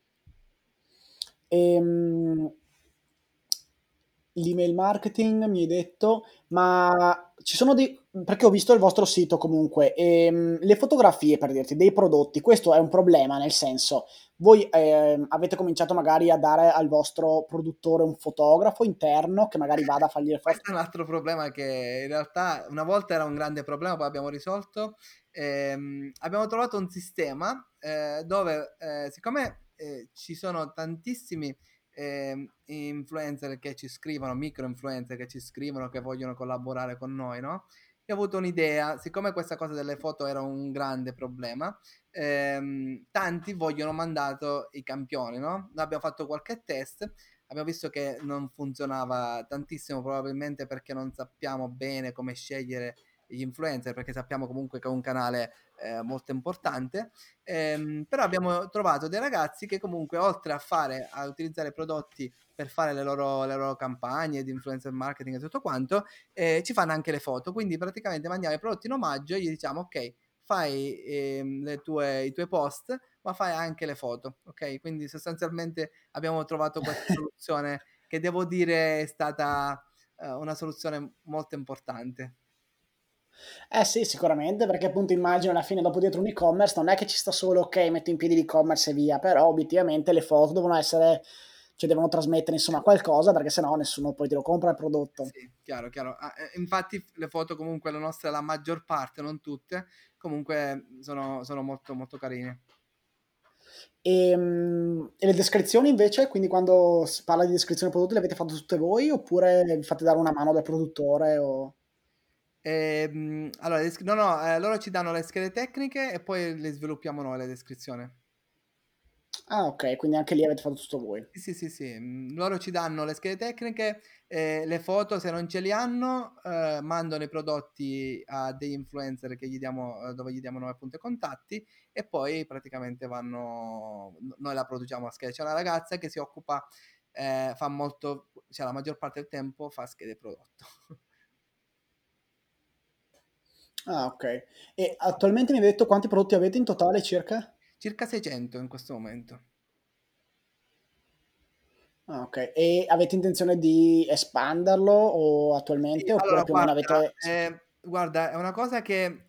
Ehm, L'email marketing mi hai detto, ma ci sono dei... perché ho visto il vostro sito comunque, le fotografie per dirti, dei prodotti, questo è un problema, nel senso, voi avete cominciato magari a dare al vostro produttore un fotografo interno che magari vada a fargli le foto. Questo è un altro problema che in realtà una volta era un grande problema, poi abbiamo risolto. Abbiamo trovato un sistema dove, siccome ci sono tantissimi influencer che ci scrivono, micro influencer che ci scrivono, che vogliono collaborare con noi, no? Io ho avuto un'idea, siccome questa cosa delle foto era un grande problema, tanti vogliono mandato i campioni, no? Noi abbiamo fatto qualche test, abbiamo visto che non funzionava tantissimo, probabilmente perché non sappiamo bene come scegliere gli influencer, perché sappiamo comunque che è un canale molto importante, però abbiamo trovato dei ragazzi che comunque oltre a utilizzare prodotti per fare le loro campagne di influencer marketing e tutto quanto, ci fanno anche le foto, quindi praticamente mandiamo i prodotti in omaggio e gli diciamo ok, fai i tuoi post, ma fai anche le foto, ok? Quindi sostanzialmente abbiamo trovato questa soluzione che devo dire è stata una soluzione molto importante. Eh sì, sicuramente, perché appunto immagino alla fine dopo dietro un e-commerce non è che ci sta solo ok, metto in piedi l'e-commerce e via, però obiettivamente le foto devono essere, cioè devono trasmettere insomma qualcosa perché sennò nessuno poi te lo compra il prodotto. Sì, chiaro, chiaro. Infatti le foto comunque le nostre, la maggior parte, non tutte, comunque sono molto molto carine. E le descrizioni invece, quindi quando si parla di descrizione prodotti le avete fatte tutte voi oppure vi fate dare una mano dal produttore? Allora, no, no, loro ci danno le schede tecniche e poi le sviluppiamo noi le descrizioni. Ah ok, quindi anche lì avete fatto tutto voi. Sì, sì, sì, sì. Loro ci danno le schede tecniche, le foto se non ce li hanno, mandano i prodotti a degli influencer che gli diamo, dove gli diamo noi appunto i contatti e poi praticamente noi la produciamo la scheda. C'è una ragazza che si occupa, fa molto, cioè la maggior parte del tempo fa schede prodotto. Ah ok. E attualmente mi avete detto quanti prodotti avete in totale circa? Circa 600 in questo momento. Ah, ok. E avete intenzione di espanderlo o Sì, attualmente oppure allora più o meno avete... guarda, è una cosa che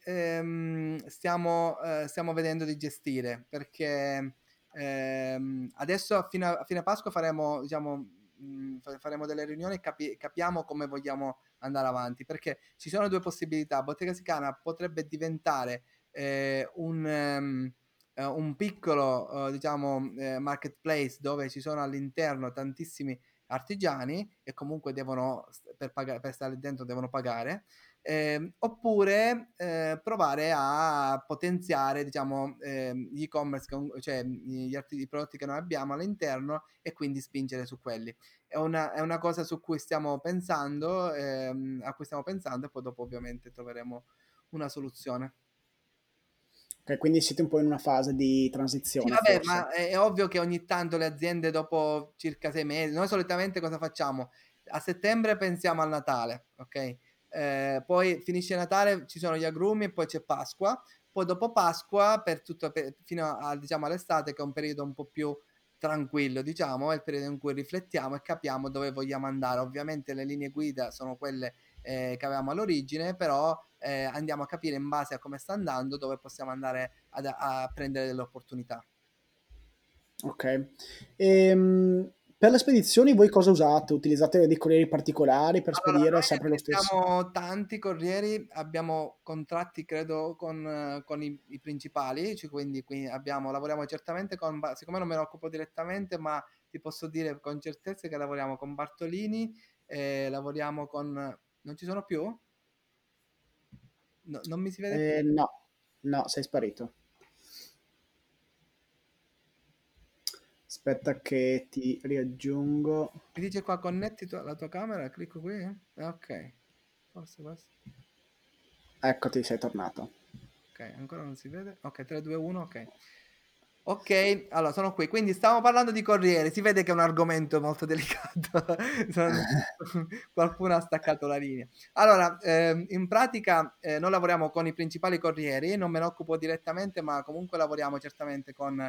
stiamo vedendo di gestire perché adesso a fine Pasqua faremo, diciamo, faremo delle riunioni e capiamo come vogliamo andare avanti perché ci sono due possibilità. Bottega Sicana potrebbe diventare un piccolo, diciamo, marketplace dove ci sono all'interno tantissimi artigiani e comunque devono, per stare dentro devono pagare, oppure provare a potenziare, diciamo, gli e-commerce, cioè i prodotti che noi abbiamo all'interno, e quindi spingere su quelli. È una cosa su cui stiamo pensando, a cui stiamo pensando, e poi dopo ovviamente troveremo una soluzione. Ok, quindi siete un po' in una fase di Sì, transizione, vabbè, forse. ma è ovvio che ogni tanto le aziende dopo circa 6 mesi, noi solitamente cosa facciamo? A settembre pensiamo al Natale, ok? Poi finisce Natale, ci sono gli agrumi e poi c'è Pasqua. Poi dopo Pasqua, fino a, diciamo, all'estate, che è un periodo un po' più tranquillo, diciamo, è il periodo in cui riflettiamo e capiamo dove vogliamo andare. Ovviamente le linee guida sono quelle che avevamo all'origine, però andiamo a capire in base a come sta andando dove possiamo andare a prendere delle opportunità. Ok. Per le spedizioni voi cosa usate? Utilizzate dei corrieri particolari per Allora, spedire noi ne sempre lo stesso? utilizziamo tanti corrieri, abbiamo contratti credo con i principali, cioè quindi lavoriamo certamente siccome non me ne occupo direttamente, ma ti posso dire con certezza che lavoriamo con Bartolini, lavoriamo con... Non ci sono più? No, non mi si vede più. No, no, sei sparito. Aspetta che ti riaggiungo. Mi dice qua connetti la tua camera, clicco qui? Ok, forse questo. Eccoti, sei tornato. Ok, ancora non si vede. Ok, 3, 2, 1, ok. Ok, allora sono qui. Quindi stavamo parlando di corriere. Si vede che è un argomento molto delicato. Qualcuno ha staccato la linea. Allora, in pratica noi lavoriamo con i principali corrieri, non me ne occupo direttamente, ma comunque lavoriamo certamente con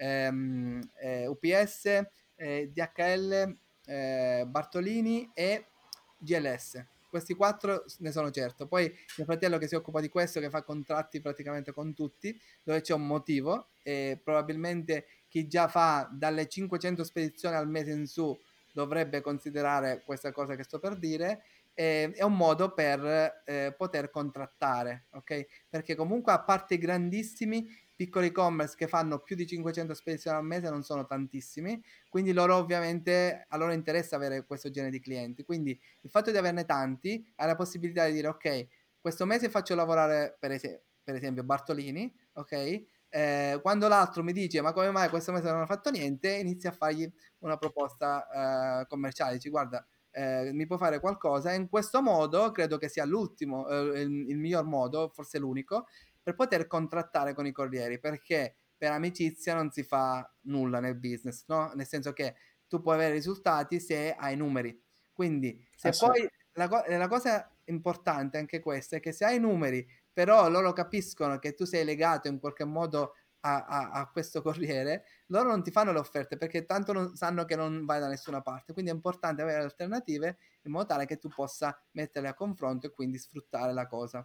UPS, DHL, Bartolini e GLS. Questi 4 ne sono certo. Poi mio fratello, che si occupa di questo, che fa contratti praticamente con tutti, dove c'è un motivo, e probabilmente chi già fa dalle 500 spedizioni al mese in su dovrebbe considerare questa cosa che sto per dire. È un modo per poter contrattare, ok? Perché comunque, a parte i grandissimi, piccoli e-commerce che fanno più di 500 spedizioni al mese non sono tantissimi, quindi loro ovviamente, a loro interessa avere questo genere di clienti. Quindi il fatto di averne tanti ha la possibilità di dire: ok, questo mese faccio lavorare per esempio Bartolini, ok? Quando l'altro mi dice: ma come mai questo mese non ha fatto niente, inizia a fargli una proposta commerciale. Dici: guarda, mi puoi fare qualcosa? E in questo modo credo che sia l'ultimo, il miglior modo, forse l'unico, per poter contrattare con i corrieri, perché per amicizia non si fa nulla nel business, no? Nel senso che tu puoi avere risultati se hai numeri. Quindi, se Sì. poi la cosa importante anche questa è che se hai numeri, però loro capiscono che tu sei legato in qualche modo a questo corriere, loro non ti fanno le offerte, perché tanto sanno che non vai da nessuna parte. Quindi è importante avere alternative in modo tale che tu possa metterle a confronto e quindi sfruttare la cosa.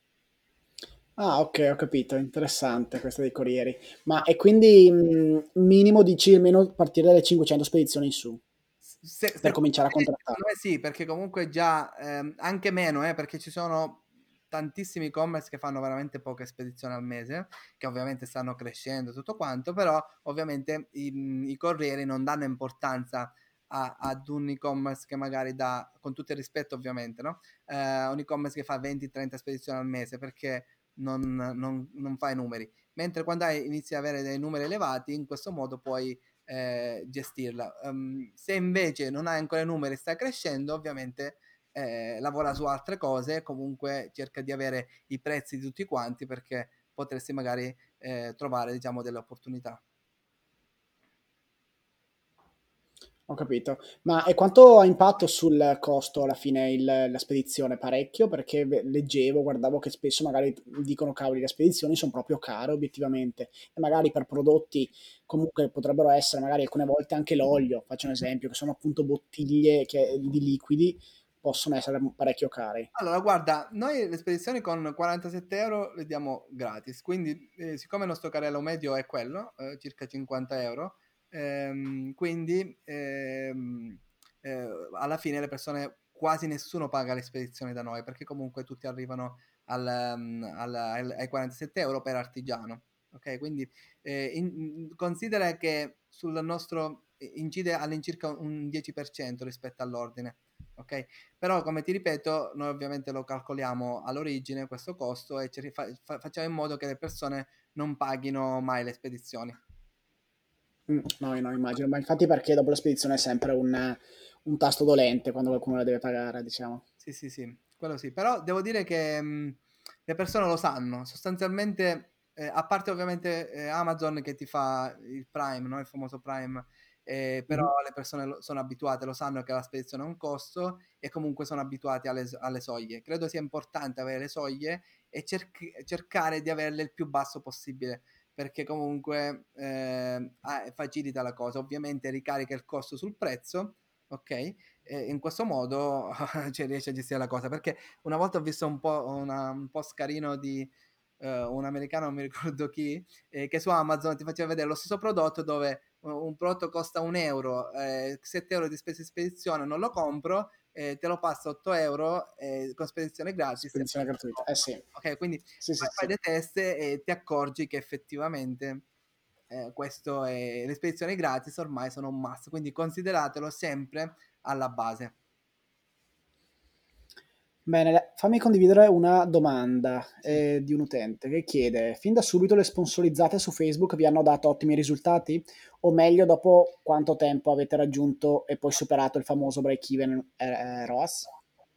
Ah, ok, ho capito, interessante questa dei corrieri. Ma e quindi minimo dici almeno partire dalle 500 spedizioni in su per cominciare a contrattare. Secondo me sì, perché comunque già anche meno, perché ci sono tantissimi e-commerce che fanno veramente poche spedizioni al mese, che ovviamente stanno crescendo tutto quanto, però ovviamente i corrieri non danno importanza ad un e-commerce che magari dà, con tutto il rispetto ovviamente, no? Un e-commerce che fa 20-30 spedizioni al mese, perché non fa i numeri. Mentre quando inizi ad avere dei numeri elevati, in questo modo puoi gestirla. Se invece non hai ancora i numeri e stai crescendo, ovviamente lavora su altre cose, comunque cerca di avere i prezzi di tutti quanti, perché potresti magari trovare, diciamo, delle opportunità. Ho capito. Ma e quanto ha impatto sul costo alla fine la spedizione? Parecchio? Perché leggevo, guardavo che spesso magari dicono cavoli, le spedizioni sono proprio care obiettivamente e magari per prodotti comunque potrebbero essere magari alcune volte anche l'olio, faccio un esempio, che sono appunto bottiglie di liquidi, possono essere parecchio care. Allora, guarda, noi le spedizioni con 47 euro le diamo gratis, quindi siccome il nostro carrello medio è quello, circa 50 euro, quindi alla fine le persone, quasi nessuno paga le spedizioni da noi, perché comunque tutti arrivano ai 47 euro per artigiano. Ok, quindi considera che sul nostro incide all'incirca un 10% rispetto all'ordine, ok? Però come ti ripeto, noi ovviamente lo calcoliamo all'origine questo costo e facciamo in modo che le persone non paghino mai le spedizioni. No, immagino, ma infatti perché dopo la spedizione è sempre un tasto dolente quando qualcuno la deve pagare, diciamo. Sì, quello sì, però devo dire che le persone lo sanno, sostanzialmente, a parte ovviamente Amazon che ti fa il Prime, no? Il famoso Prime, però le persone sono abituate, lo sanno che la spedizione ha un costo e comunque sono abituati alle soglie. Credo sia importante avere le soglie e cercare di averle il più basso possibile, perché comunque facilita la cosa, ovviamente ricarica il costo sul prezzo, ok? E in questo modo cioè, riesce a gestire la cosa, perché una volta ho visto un post carino di un americano, non mi ricordo chi, che su Amazon ti faceva vedere lo stesso prodotto dove un prodotto costa 1 euro, 7 euro di spese di spedizione, non lo compro, te lo passo 8 euro con spedizione gratis. Spedizione gratuita, sì. Ok, quindi Sì, sì, fai sì. dei test e ti accorgi che effettivamente questo è, le spedizioni gratis ormai sono un must, quindi consideratelo sempre alla base. Bene, fammi condividere una domanda Sì. di un utente che chiede: fin da subito le sponsorizzate su Facebook vi hanno dato ottimi risultati? O meglio, dopo quanto tempo avete raggiunto e poi superato il famoso break-even ROAS?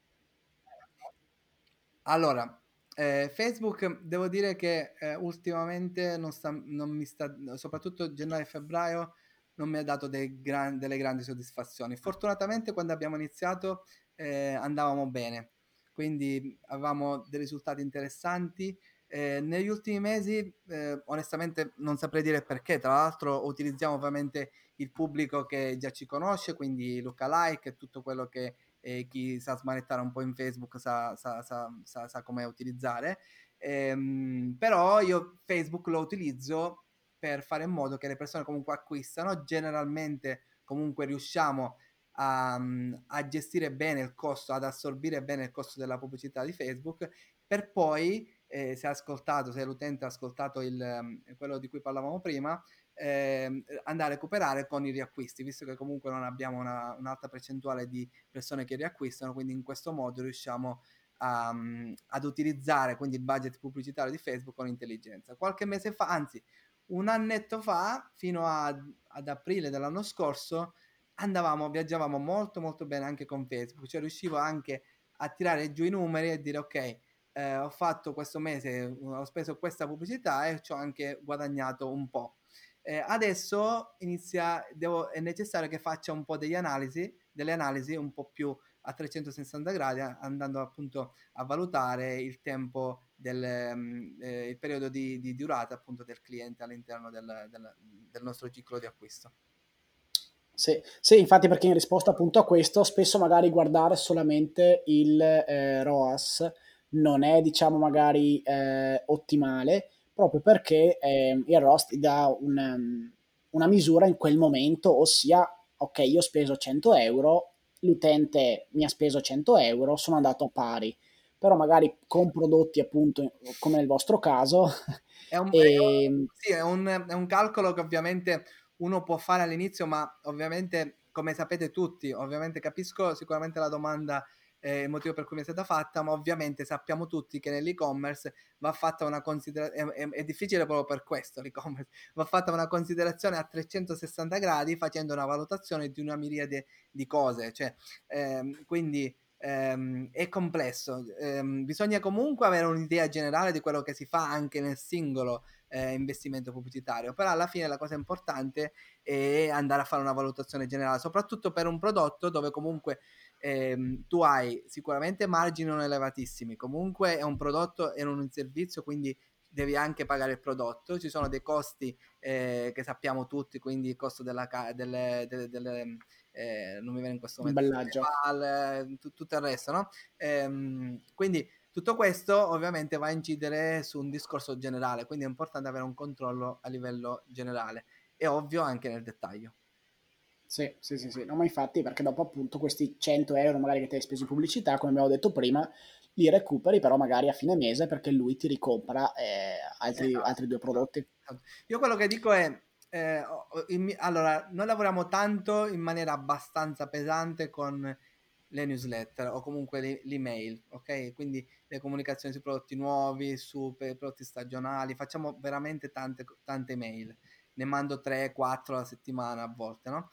Allora, Facebook devo dire che ultimamente non mi sta, soprattutto gennaio e febbraio, non mi ha dato delle grandi soddisfazioni. Fortunatamente quando abbiamo iniziato andavamo bene, quindi avevamo dei risultati interessanti. Negli ultimi mesi, onestamente non saprei dire perché, tra l'altro utilizziamo ovviamente il pubblico che già ci conosce, quindi lookalike e tutto quello che chi sa smanettare un po' in Facebook sa come utilizzare. Però io Facebook lo utilizzo per fare in modo che le persone comunque acquistano, generalmente comunque riusciamo a gestire bene il costo, ad assorbire bene il costo della pubblicità di Facebook, per poi, se l'utente ha ascoltato quello di cui parlavamo prima, andare a recuperare con i riacquisti, visto che comunque non abbiamo un'alta percentuale di persone che riacquistano, quindi in questo modo riusciamo ad utilizzare quindi il budget pubblicitario di Facebook con intelligenza. Qualche mese fa, anzi un annetto fa, fino ad aprile dell'anno scorso, viaggiavamo molto bene anche con Facebook, cioè riuscivo anche a tirare giù i numeri e dire ok, ho fatto questo mese, ho speso questa pubblicità e ci ho anche guadagnato un po'. Adesso è necessario che faccia un po' delle analisi un po' più a 360 gradi, andando appunto a valutare il tempo il periodo di durata appunto del cliente all'interno del nostro ciclo di acquisto. Sì, infatti, perché in risposta appunto a questo, spesso magari guardare solamente il ROAS non è, diciamo, magari ottimale, proprio perché il ROAS ti dà una misura in quel momento, ossia, ok, io ho speso 100 euro, l'utente mi ha speso 100 euro, sono andato a pari, però magari con prodotti appunto come nel vostro caso, È un, e, sì, è un calcolo che ovviamente uno può fare all'inizio, ma ovviamente, come sapete tutti, ovviamente capisco sicuramente la domanda, il motivo per cui mi è stata fatta, ma ovviamente sappiamo tutti che nell'e-commerce va fatta una considerazione, è difficile proprio per questo l'e-commerce, va fatta una considerazione a 360 gradi facendo una valutazione di una miriade di cose, cioè, quindi è complesso, bisogna comunque avere un'idea generale di quello che si fa anche nel singolo investimento pubblicitario, però alla fine la cosa importante è andare a fare una valutazione generale, soprattutto per un prodotto dove comunque tu hai sicuramente margini non elevatissimi, comunque è un prodotto e non un servizio, quindi devi anche pagare il prodotto, ci sono dei costi che sappiamo tutti, quindi il costo non mi viene in questo momento, imballaggio. tutto il resto, no? Quindi tutto questo ovviamente va a incidere su un discorso generale, quindi è importante avere un controllo a livello generale e ovvio anche nel dettaglio. Sì, sì, sì, sì. No, ma infatti, perché dopo appunto questi 100 euro magari che ti hai speso in pubblicità, come abbiamo detto prima, li recuperi però magari a fine mese perché lui ti ricompra altri Esatto, due esatto, prodotti. esatto. Io quello che dico è Allora, noi lavoriamo tanto in maniera abbastanza pesante con le newsletter o comunque l'email, ok? Quindi le comunicazioni su prodotti nuovi, su prodotti stagionali, facciamo veramente tante mail. Ne mando 3-4 alla settimana a volte, no?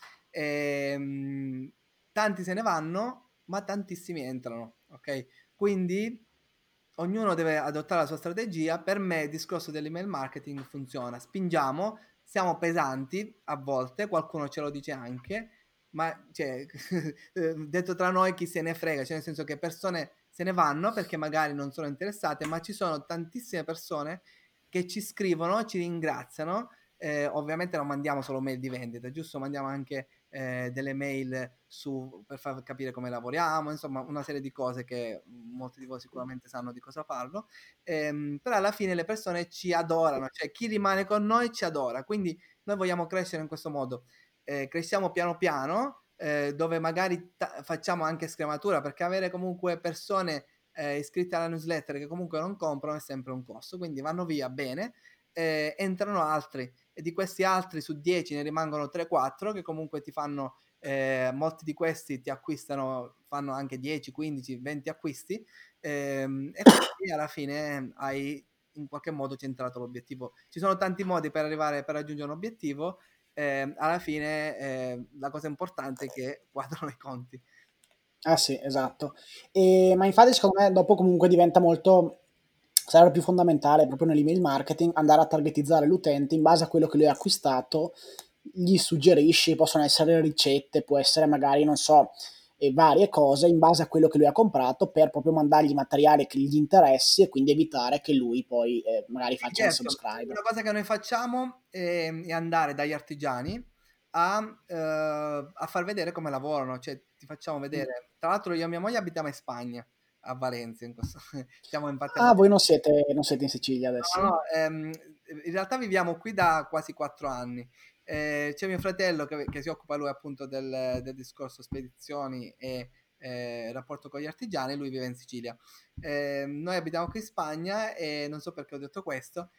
Tanti se ne vanno, ma tantissimi entrano, ok? Quindi ognuno deve adottare la sua strategia. Per me il discorso dell'email marketing funziona. Spingiamo, siamo pesanti a volte, qualcuno ce lo dice anche, ma cioè, detto tra noi chi se ne frega, cioè nel senso che persone se ne vanno perché magari non sono interessate, ma ci sono tantissime persone che ci scrivono, ci ringraziano. Ovviamente non mandiamo solo mail di vendita, giusto? Mandiamo anche delle mail per far capire come lavoriamo, insomma una serie di cose che molti di voi sicuramente sanno di cosa parlo. Però alla fine le persone ci adorano, cioè chi rimane con noi ci adora, quindi noi vogliamo crescere in questo modo. Cresciamo piano piano, dove magari facciamo anche scrematura, perché avere comunque persone iscritte alla newsletter che comunque non comprano è sempre un costo, quindi vanno via bene, entrano altri, e di questi altri su 10 ne rimangono 3-4 che comunque ti fanno, molti di questi ti acquistano, fanno anche 10, 15, 20 acquisti, e quindi alla fine hai in qualche modo centrato l'obiettivo. Ci sono tanti modi per raggiungere un obiettivo, alla fine la cosa importante è che quadrano i conti. Ah sì, esatto. Ma infatti secondo me dopo comunque diventa molto, sarà più fondamentale proprio nell'email marketing andare a targetizzare l'utente in base a quello che lui ha acquistato, gli suggerisci, possono essere ricette, può essere magari, non so, varie cose in base a quello che lui ha comprato per proprio mandargli materiale che gli interessi e quindi evitare che lui poi magari Sì, faccia un certo. subscribe. Una cosa che noi facciamo è andare dagli artigiani a far vedere come lavorano, cioè ti facciamo Mm. vedere. Tra l'altro io e mia moglie abitiamo in Spagna, a Valencia, siamo infatti a Ah, voi Valencia. non siete in Sicilia No, no, adesso? in realtà viviamo qui da quasi 4 anni. C'è mio fratello che si occupa lui appunto del discorso spedizioni e rapporto con gli artigiani, lui vive in Sicilia. Noi abitiamo qui in Spagna e non so perché ho detto questo,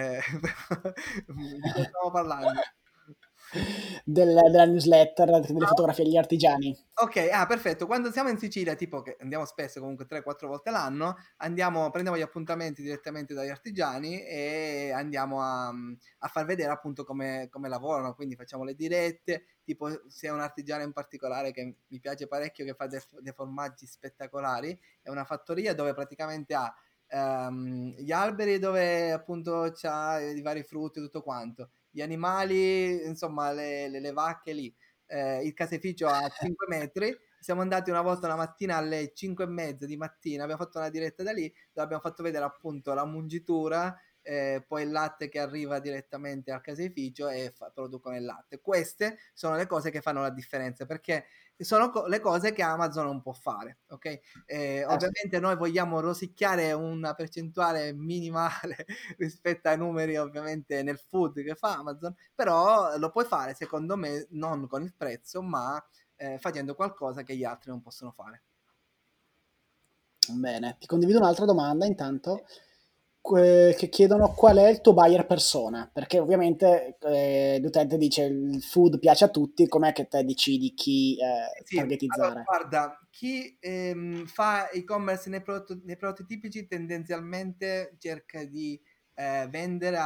di cosa stiamo parlando? Della newsletter, delle fotografie agli artigiani. Ok, perfetto. Quando siamo in Sicilia, tipo che andiamo spesso, comunque 3-4 volte l'anno, prendiamo gli appuntamenti direttamente dagli artigiani e andiamo a far vedere appunto come lavorano. Quindi facciamo le dirette, tipo se è un artigiano in particolare che mi piace parecchio, che fa dei formaggi spettacolari, è una fattoria dove praticamente ha gli alberi dove appunto c'ha i vari frutti e tutto quanto, gli animali, insomma le vacche lì, il caseificio a 5 metri. Siamo andati una volta la mattina alle 5:30 di mattina, abbiamo fatto una diretta da lì dove abbiamo fatto vedere appunto la mungitura, poi il latte che arriva direttamente al caseificio e producono il latte. Queste sono le cose che fanno la differenza, perché sono le cose che Amazon non può fare, ok? Sì. Ovviamente noi vogliamo rosicchiare una percentuale minimale rispetto ai numeri ovviamente nel food che fa Amazon, però lo puoi fare secondo me non con il prezzo, ma facendo qualcosa che gli altri non possono fare. Bene, ti condivido un'altra domanda intanto, che chiedono qual è il tuo buyer persona, perché ovviamente l'utente dice il food piace a tutti, com'è che te decidi chi Sì, allora targetizzare? guarda, chi fa e-commerce nei prodotti tipici tendenzialmente cerca di vendere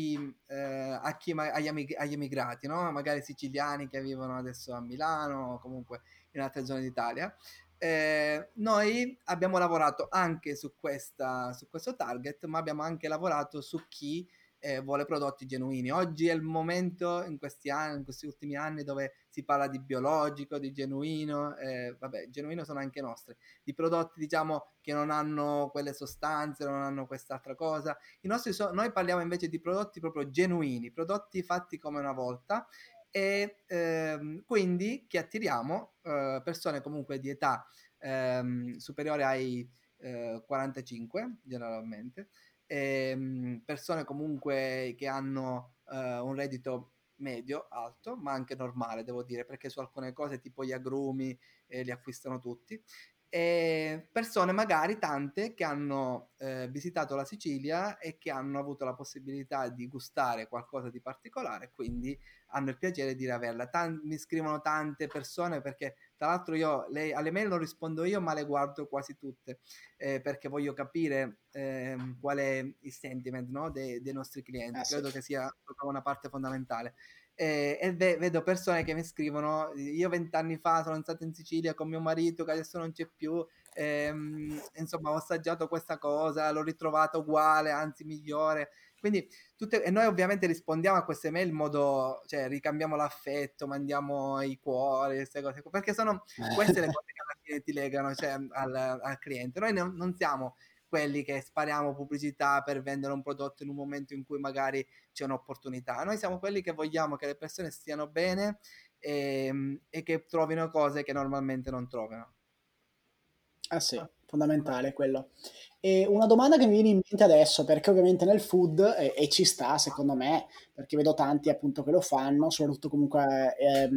agli emigrati, no? Magari siciliani che vivono adesso a Milano o comunque in altre zone d'Italia. Noi abbiamo lavorato anche su questo target, ma abbiamo anche lavorato su chi vuole prodotti genuini. Oggi è il momento in questi ultimi anni dove si parla di biologico, di genuino, vabbè, genuino sono anche nostri, di prodotti diciamo che non hanno quelle sostanze, non hanno quest'altra cosa. Noi parliamo invece di prodotti proprio genuini, prodotti fatti come una volta, e quindi che attiriamo persone comunque di età superiore ai 45 generalmente, persone comunque che hanno un reddito medio, alto, ma anche normale, devo dire, perché su alcune cose tipo gli agrumi li acquistano tutti. e persone magari tante che hanno visitato la Sicilia e che hanno avuto la possibilità di gustare qualcosa di particolare, quindi hanno il piacere di averla. Mi scrivono tante persone perché tra l'altro io alle mail non rispondo io, ma le guardo quasi tutte, perché voglio capire qual è il sentiment, no, dei nostri clienti. Sì. Credo che sia proprio una parte fondamentale. Vedo persone che mi scrivono: io 20 anni fa sono stato in Sicilia con mio marito che adesso non c'è più, insomma ho assaggiato questa cosa, l'ho ritrovata uguale, anzi migliore. Quindi e noi ovviamente rispondiamo a queste mail in modo, cioè ricambiamo l'affetto, mandiamo i cuori, queste cose, perché sono queste le cose che alla fine ti legano, cioè, al cliente. Noi non siamo quelli che spariamo pubblicità per vendere un prodotto in un momento in cui magari c'è un'opportunità. Noi siamo quelli che vogliamo che le persone stiano bene e che trovino cose che normalmente non trovano. Sì, fondamentale quello. E una domanda che mi viene in mente adesso, perché ovviamente nel food, e ci sta secondo me, perché vedo tanti appunto che lo fanno, soprattutto comunque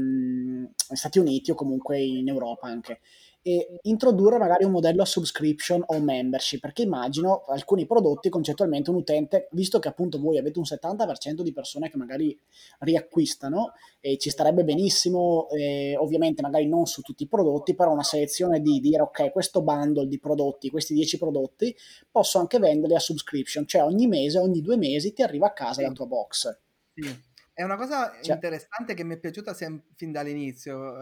negli Stati Uniti o comunque in Europa anche, e introdurre magari un modello a subscription o membership, perché immagino alcuni prodotti concettualmente un utente, visto che appunto voi avete un 70% di persone che magari riacquistano, e ci starebbe benissimo, ovviamente magari non su tutti i prodotti, però una selezione di dire ok, questo bundle di prodotti, questi 10 prodotti, posso anche venderli a subscription, cioè ogni mese, ogni 2 mesi ti arriva a casa la tua box. Sì, è una cosa Cioè, interessante che mi è piaciuta fin dall'inizio,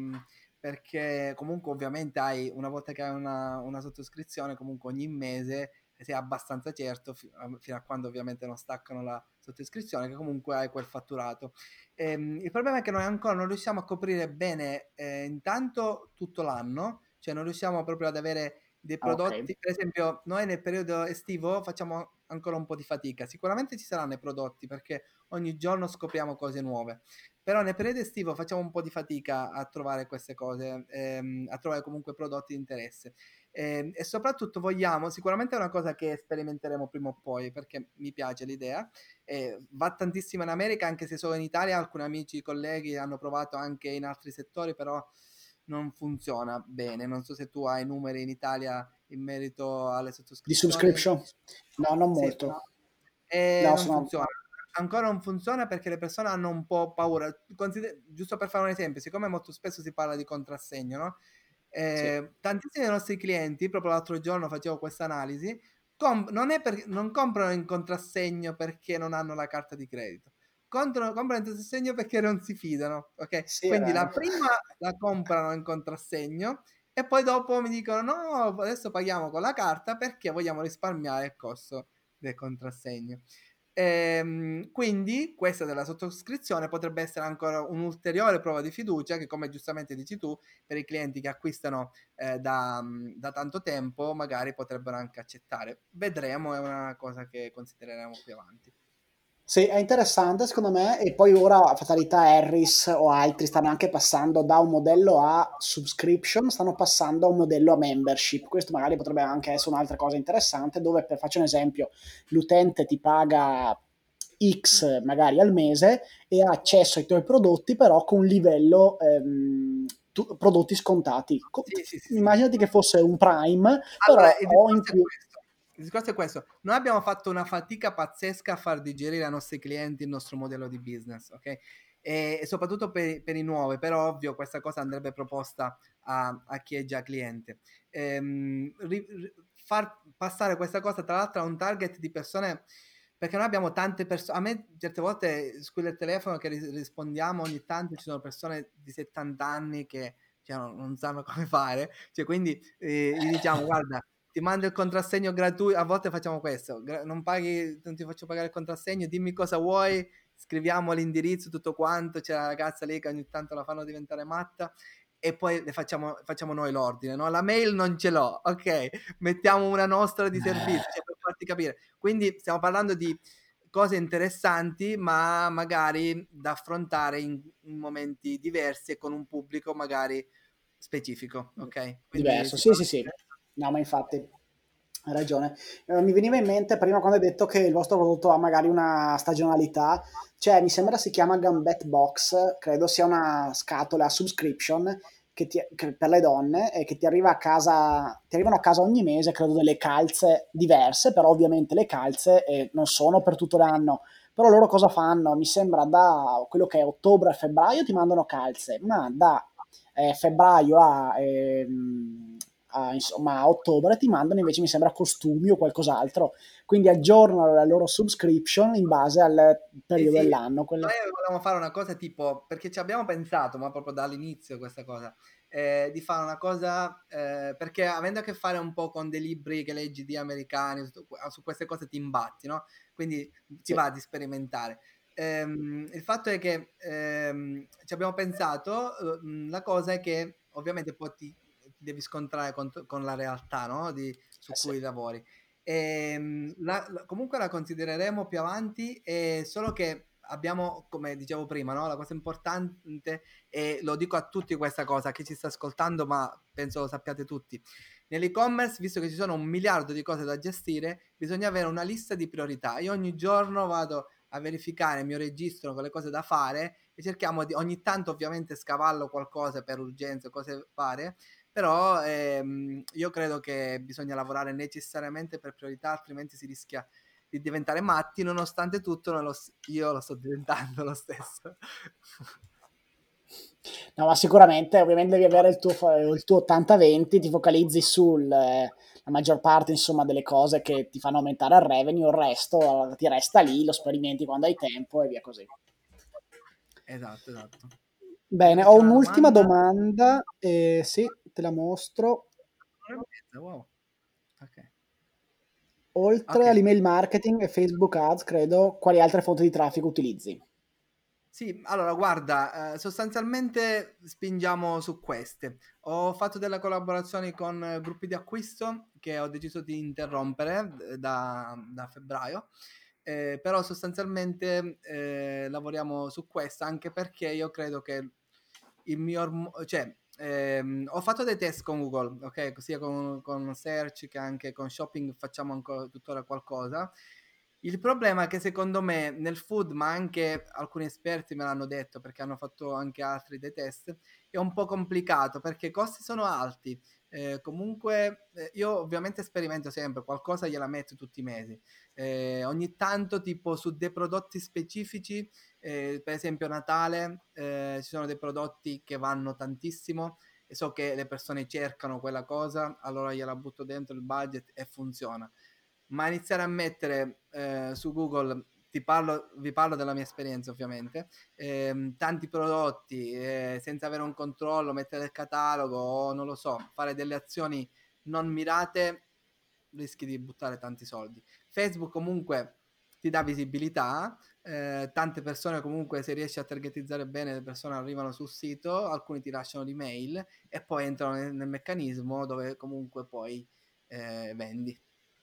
perché comunque ovviamente una volta che hai una sottoscrizione, comunque ogni mese sei abbastanza certo, fino a quando ovviamente non staccano la sottoscrizione, che comunque hai quel fatturato. Il problema è che noi ancora non riusciamo a coprire bene intanto tutto l'anno, cioè non riusciamo proprio ad avere dei ok. prodotti, per esempio noi nel periodo estivo facciamo ancora un po' di fatica, sicuramente ci saranno i prodotti perché ogni giorno scopriamo cose nuove, però nel periodo estivo facciamo un po' di fatica a trovare queste cose, a trovare comunque prodotti di interesse, e soprattutto vogliamo, sicuramente è una cosa che sperimenteremo prima o poi perché mi piace l'idea, va tantissimo in America anche se solo in Italia, alcuni amici, colleghi hanno provato anche in altri settori, però non funziona bene. Non so se tu hai numeri in Italia in merito alle Di sottoscrizioni. subscription? No, non Sì, molto. no. No, Non sono... funziona. Ancora non funziona perché le persone hanno un po' paura. Giusto per fare un esempio, siccome molto spesso si parla di contrassegno, no? Sì. Tantissimi dei nostri clienti, proprio l'altro giorno facevo questa analisi, non comprano in contrassegno perché non hanno la carta di credito, comprano in contrassegno perché non si fidano, ok? Sì, è Quindi la vero. prima la comprano in contrassegno e poi dopo mi dicono no, adesso paghiamo con la carta perché vogliamo risparmiare il costo del contrassegno. Quindi questa della sottoscrizione potrebbe essere ancora un'ulteriore prova di fiducia che, come giustamente dici tu, per i clienti che acquistano da tanto tempo magari potrebbero anche accettare. Vedremo, è una cosa che considereremo più avanti. Sì, è interessante secondo me, e poi ora fatalità Harris o altri stanno anche passando da un modello a subscription, stanno passando a un modello a membership. Questo magari potrebbe anche essere un'altra cosa interessante, dove faccio un esempio, l'utente ti paga X magari al mese e ha accesso ai tuoi prodotti però con un livello prodotti scontati. Sì. Immaginati che fosse un Prime, Allora, però ho in più... il discorso è questo. Noi abbiamo fatto una fatica pazzesca a far digerire ai nostri clienti il nostro modello di business, ok? E soprattutto per i nuovi, però ovvio questa cosa andrebbe proposta a chi è già cliente. Far passare questa cosa tra l'altro a un target di persone, perché noi abbiamo tante persone, a me certe volte squilla il telefono che rispondiamo, ogni tanto ci sono persone di 70 anni che cioè, non sanno come fare, cioè, quindi gli diciamo guarda, ti mando il contrassegno gratuito, a volte facciamo questo, non ti faccio pagare il contrassegno, dimmi cosa vuoi, scriviamo l'indirizzo, tutto quanto, c'è la ragazza lì che ogni tanto la fanno diventare matta e poi facciamo noi l'ordine, no? La mail non ce l'ho, ok, mettiamo una nostra di servizio, cioè, per farti capire. Quindi stiamo parlando di cose interessanti, ma magari da affrontare in momenti diversi e con un pubblico magari specifico, ok? Quindi Diverso, sì. No, ma infatti hai ragione. Mi veniva in mente prima quando hai detto che il vostro prodotto ha magari una stagionalità, cioè mi sembra si chiama Gambet Box, credo sia una scatola a subscription per le donne, che ti arrivano a casa ogni mese, credo, delle calze diverse, però ovviamente le calze non sono per tutto l'anno. Però loro cosa fanno? Mi sembra da quello che è ottobre a febbraio ti mandano calze, ma da febbraio insomma, a ottobre ti mandano invece, mi sembra, costumi o qualcos'altro. Quindi aggiornano la loro subscription in base al Sì, periodo sì, dell'anno. noi volevamo fare una cosa tipo, perché ci abbiamo pensato, ma proprio dall'inizio questa cosa, di fare una cosa, perché avendo a che fare un po' con dei libri che leggi di americani, su queste cose ti imbatti, no? Quindi ti Sì, va di sperimentare. Il fatto è che ci abbiamo pensato, la cosa è che ovviamente poi ti devi scontrare con la realtà, no? Su sì. cui lavori. Comunque la considereremo più avanti, solo che abbiamo, come dicevo prima, no? La cosa importante, e lo dico a tutti questa cosa, chi ci sta ascoltando, ma penso lo sappiate tutti, nell'e-commerce, visto che ci sono 1 miliardo di cose da gestire, bisogna avere una lista di priorità. Io ogni giorno vado a verificare il mio registro con le cose da fare e cerchiamo di, ogni tanto ovviamente scavallo qualcosa per urgenze, cose varie, però io credo che bisogna lavorare necessariamente per priorità, altrimenti si rischia di diventare matti. Nonostante tutto io lo sto diventando lo stesso. No, ma sicuramente, ovviamente devi avere il tuo 80-20, ti focalizzi sulla maggior parte, insomma, delle cose che ti fanno aumentare il revenue, il resto ti resta lì, lo sperimenti quando hai tempo e via così. Esatto. Bene, Invece ho c'è una un'ultima domanda. domanda, sì, te la mostro. Wow. Ok. Oltre Ok. all'email marketing e Facebook Ads, credo, quali altre fonti di traffico utilizzi? Sì, allora guarda, sostanzialmente spingiamo su queste. Ho fatto delle collaborazioni con gruppi di acquisto che ho deciso di interrompere da febbraio, però sostanzialmente lavoriamo su questa, anche perché io credo che cioè, ho fatto dei test con Google, ok? Sia con Search che anche con Shopping facciamo ancora tuttora qualcosa. Il problema è che secondo me nel food, ma anche alcuni esperti me l'hanno detto perché hanno fatto anche altri dei test, è un po' complicato perché i costi sono alti. Comunque io ovviamente sperimento sempre, qualcosa gliela metto tutti i mesi. Ogni tanto tipo su dei prodotti specifici, per esempio Natale, ci sono dei prodotti che vanno tantissimo e so che le persone cercano quella cosa, allora gliela butto dentro il budget e funziona. Ma iniziare a mettere su Google, vi parlo della mia esperienza ovviamente, tanti prodotti senza avere un controllo, mettere il catalogo o non lo so, fare delle azioni non mirate, rischi di buttare tanti soldi. Facebook comunque ti dà visibilità, tante persone comunque, se riesci a targetizzare bene, le persone arrivano sul sito, alcuni ti lasciano l'email e poi entrano nel meccanismo dove comunque poi vendi.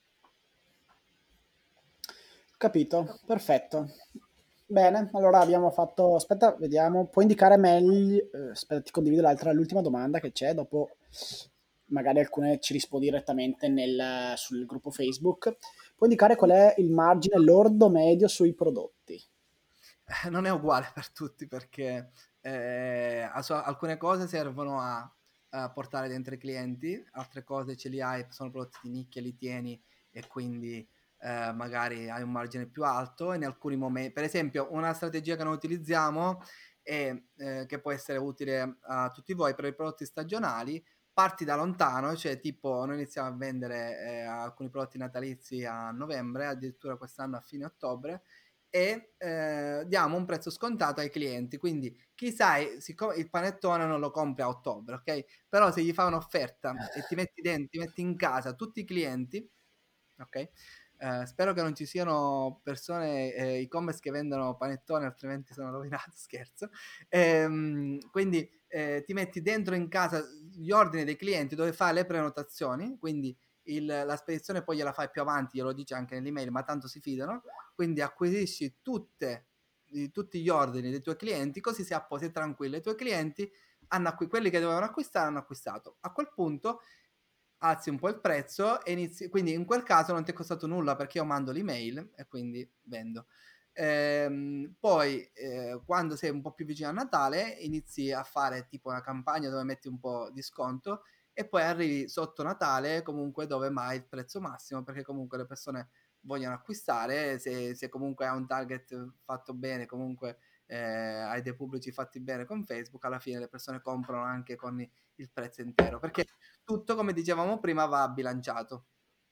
Capito, perfetto. Bene, allora abbiamo fatto. Aspetta, vediamo. Puoi indicare meglio. Aspetta, ti condivido l'ultima domanda che c'è. Dopo, magari alcune ci rispondi direttamente sul gruppo Facebook. Puoi indicare qual è il margine lordo medio sui prodotti? Non è uguale per tutti perché alcune cose servono a portare dentro i clienti, altre cose ce li hai, sono prodotti di nicchia, li tieni e quindi magari hai un margine più alto. E in alcuni momenti, per esempio, una strategia che noi utilizziamo e che può essere utile a tutti voi per i prodotti stagionali. Parti da lontano, cioè tipo noi iniziamo a vendere alcuni prodotti natalizi a novembre, addirittura quest'anno a fine ottobre, e diamo un prezzo scontato ai clienti. Quindi chi sai, siccome il panettone non lo compri a ottobre, ok? Però se gli fai un'offerta e ti metti dentro, ti metti in casa tutti i clienti, ok? Spero che non ci siano persone e-commerce che vendono panettone, altrimenti sono rovinato, scherzo. Quindi ti metti dentro in casa gli ordini dei clienti dove fai le prenotazioni, quindi la spedizione poi gliela fai più avanti, glielo dice anche nell'email, ma tanto si fidano, quindi acquisisci tutti gli ordini dei tuoi clienti, così sei tranquillo, i tuoi clienti quelli che dovevano acquistare hanno acquistato. A quel punto alzi un po' il prezzo e inizi, quindi in quel caso non ti è costato nulla perché io mando l'email e quindi vendo. Poi quando sei un po' più vicino a Natale inizi a fare tipo una campagna dove metti un po' di sconto e poi arrivi sotto Natale comunque dove mai il prezzo massimo, perché comunque le persone vogliono acquistare, se comunque hai un target fatto bene, comunque hai dei pubblici fatti bene con Facebook, alla fine le persone comprano anche con il prezzo intero, perché tutto, come dicevamo prima, va bilanciato.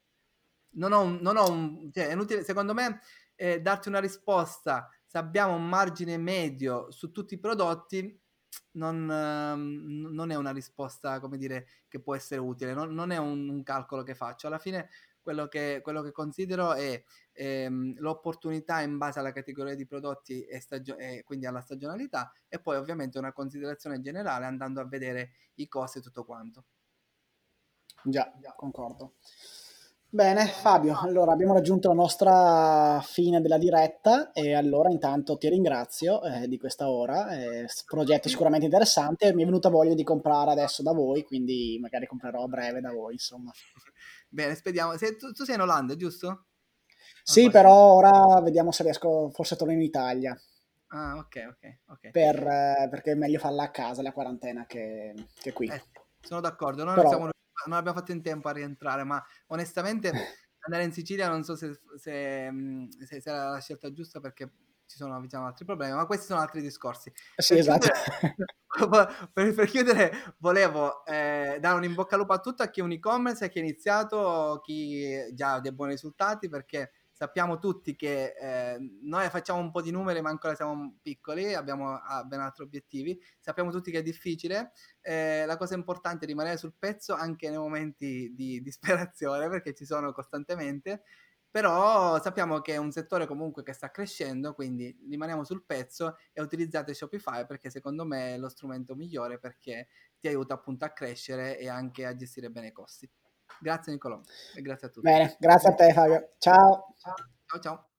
Cioè, è inutile, secondo me, darti una risposta se abbiamo un margine medio su tutti i prodotti non è una risposta, come dire, che può essere utile, non è un calcolo che faccio. Alla fine quello che considero è l'opportunità in base alla categoria di prodotti e quindi alla stagionalità, e poi ovviamente una considerazione generale andando a vedere i costi e tutto quanto. Già, concordo. Bene, Fabio, allora abbiamo raggiunto la nostra fine della diretta e allora intanto ti ringrazio di questa ora, progetto sicuramente interessante, mi è venuta voglia di comprare adesso da voi, quindi magari comprerò a breve da voi, insomma. Bene, speriamo. Tu sei in Olanda, giusto? Sì, però ora vediamo se riesco, forse torno in Italia. Ah, ok. Perché è meglio farla a casa la quarantena che qui. Sono d'accordo, Però non abbiamo fatto in tempo a rientrare, ma onestamente andare in Sicilia non so se era la scelta giusta, perché ci sono, diciamo, altri problemi, ma questi sono altri discorsi. sì, esatto. Per chiudere volevo dare un in bocca al lupo a tutto, a chi è un e-commerce, a chi ha iniziato, chi già ha dei buoni risultati, perché sappiamo tutti che noi facciamo un po' di numeri, ma ancora siamo piccoli, abbiamo ben altri obiettivi, sappiamo tutti che è difficile. La cosa importante è rimanere sul pezzo anche nei momenti di disperazione, perché ci sono costantemente, però sappiamo che è un settore comunque che sta crescendo, quindi rimaniamo sul pezzo e utilizzate Shopify, perché secondo me è lo strumento migliore, perché ti aiuta appunto a crescere e anche a gestire bene i costi. Grazie Nicolò e grazie a tutti. Bene, grazie a te Fabio. Ciao. Ciao ciao.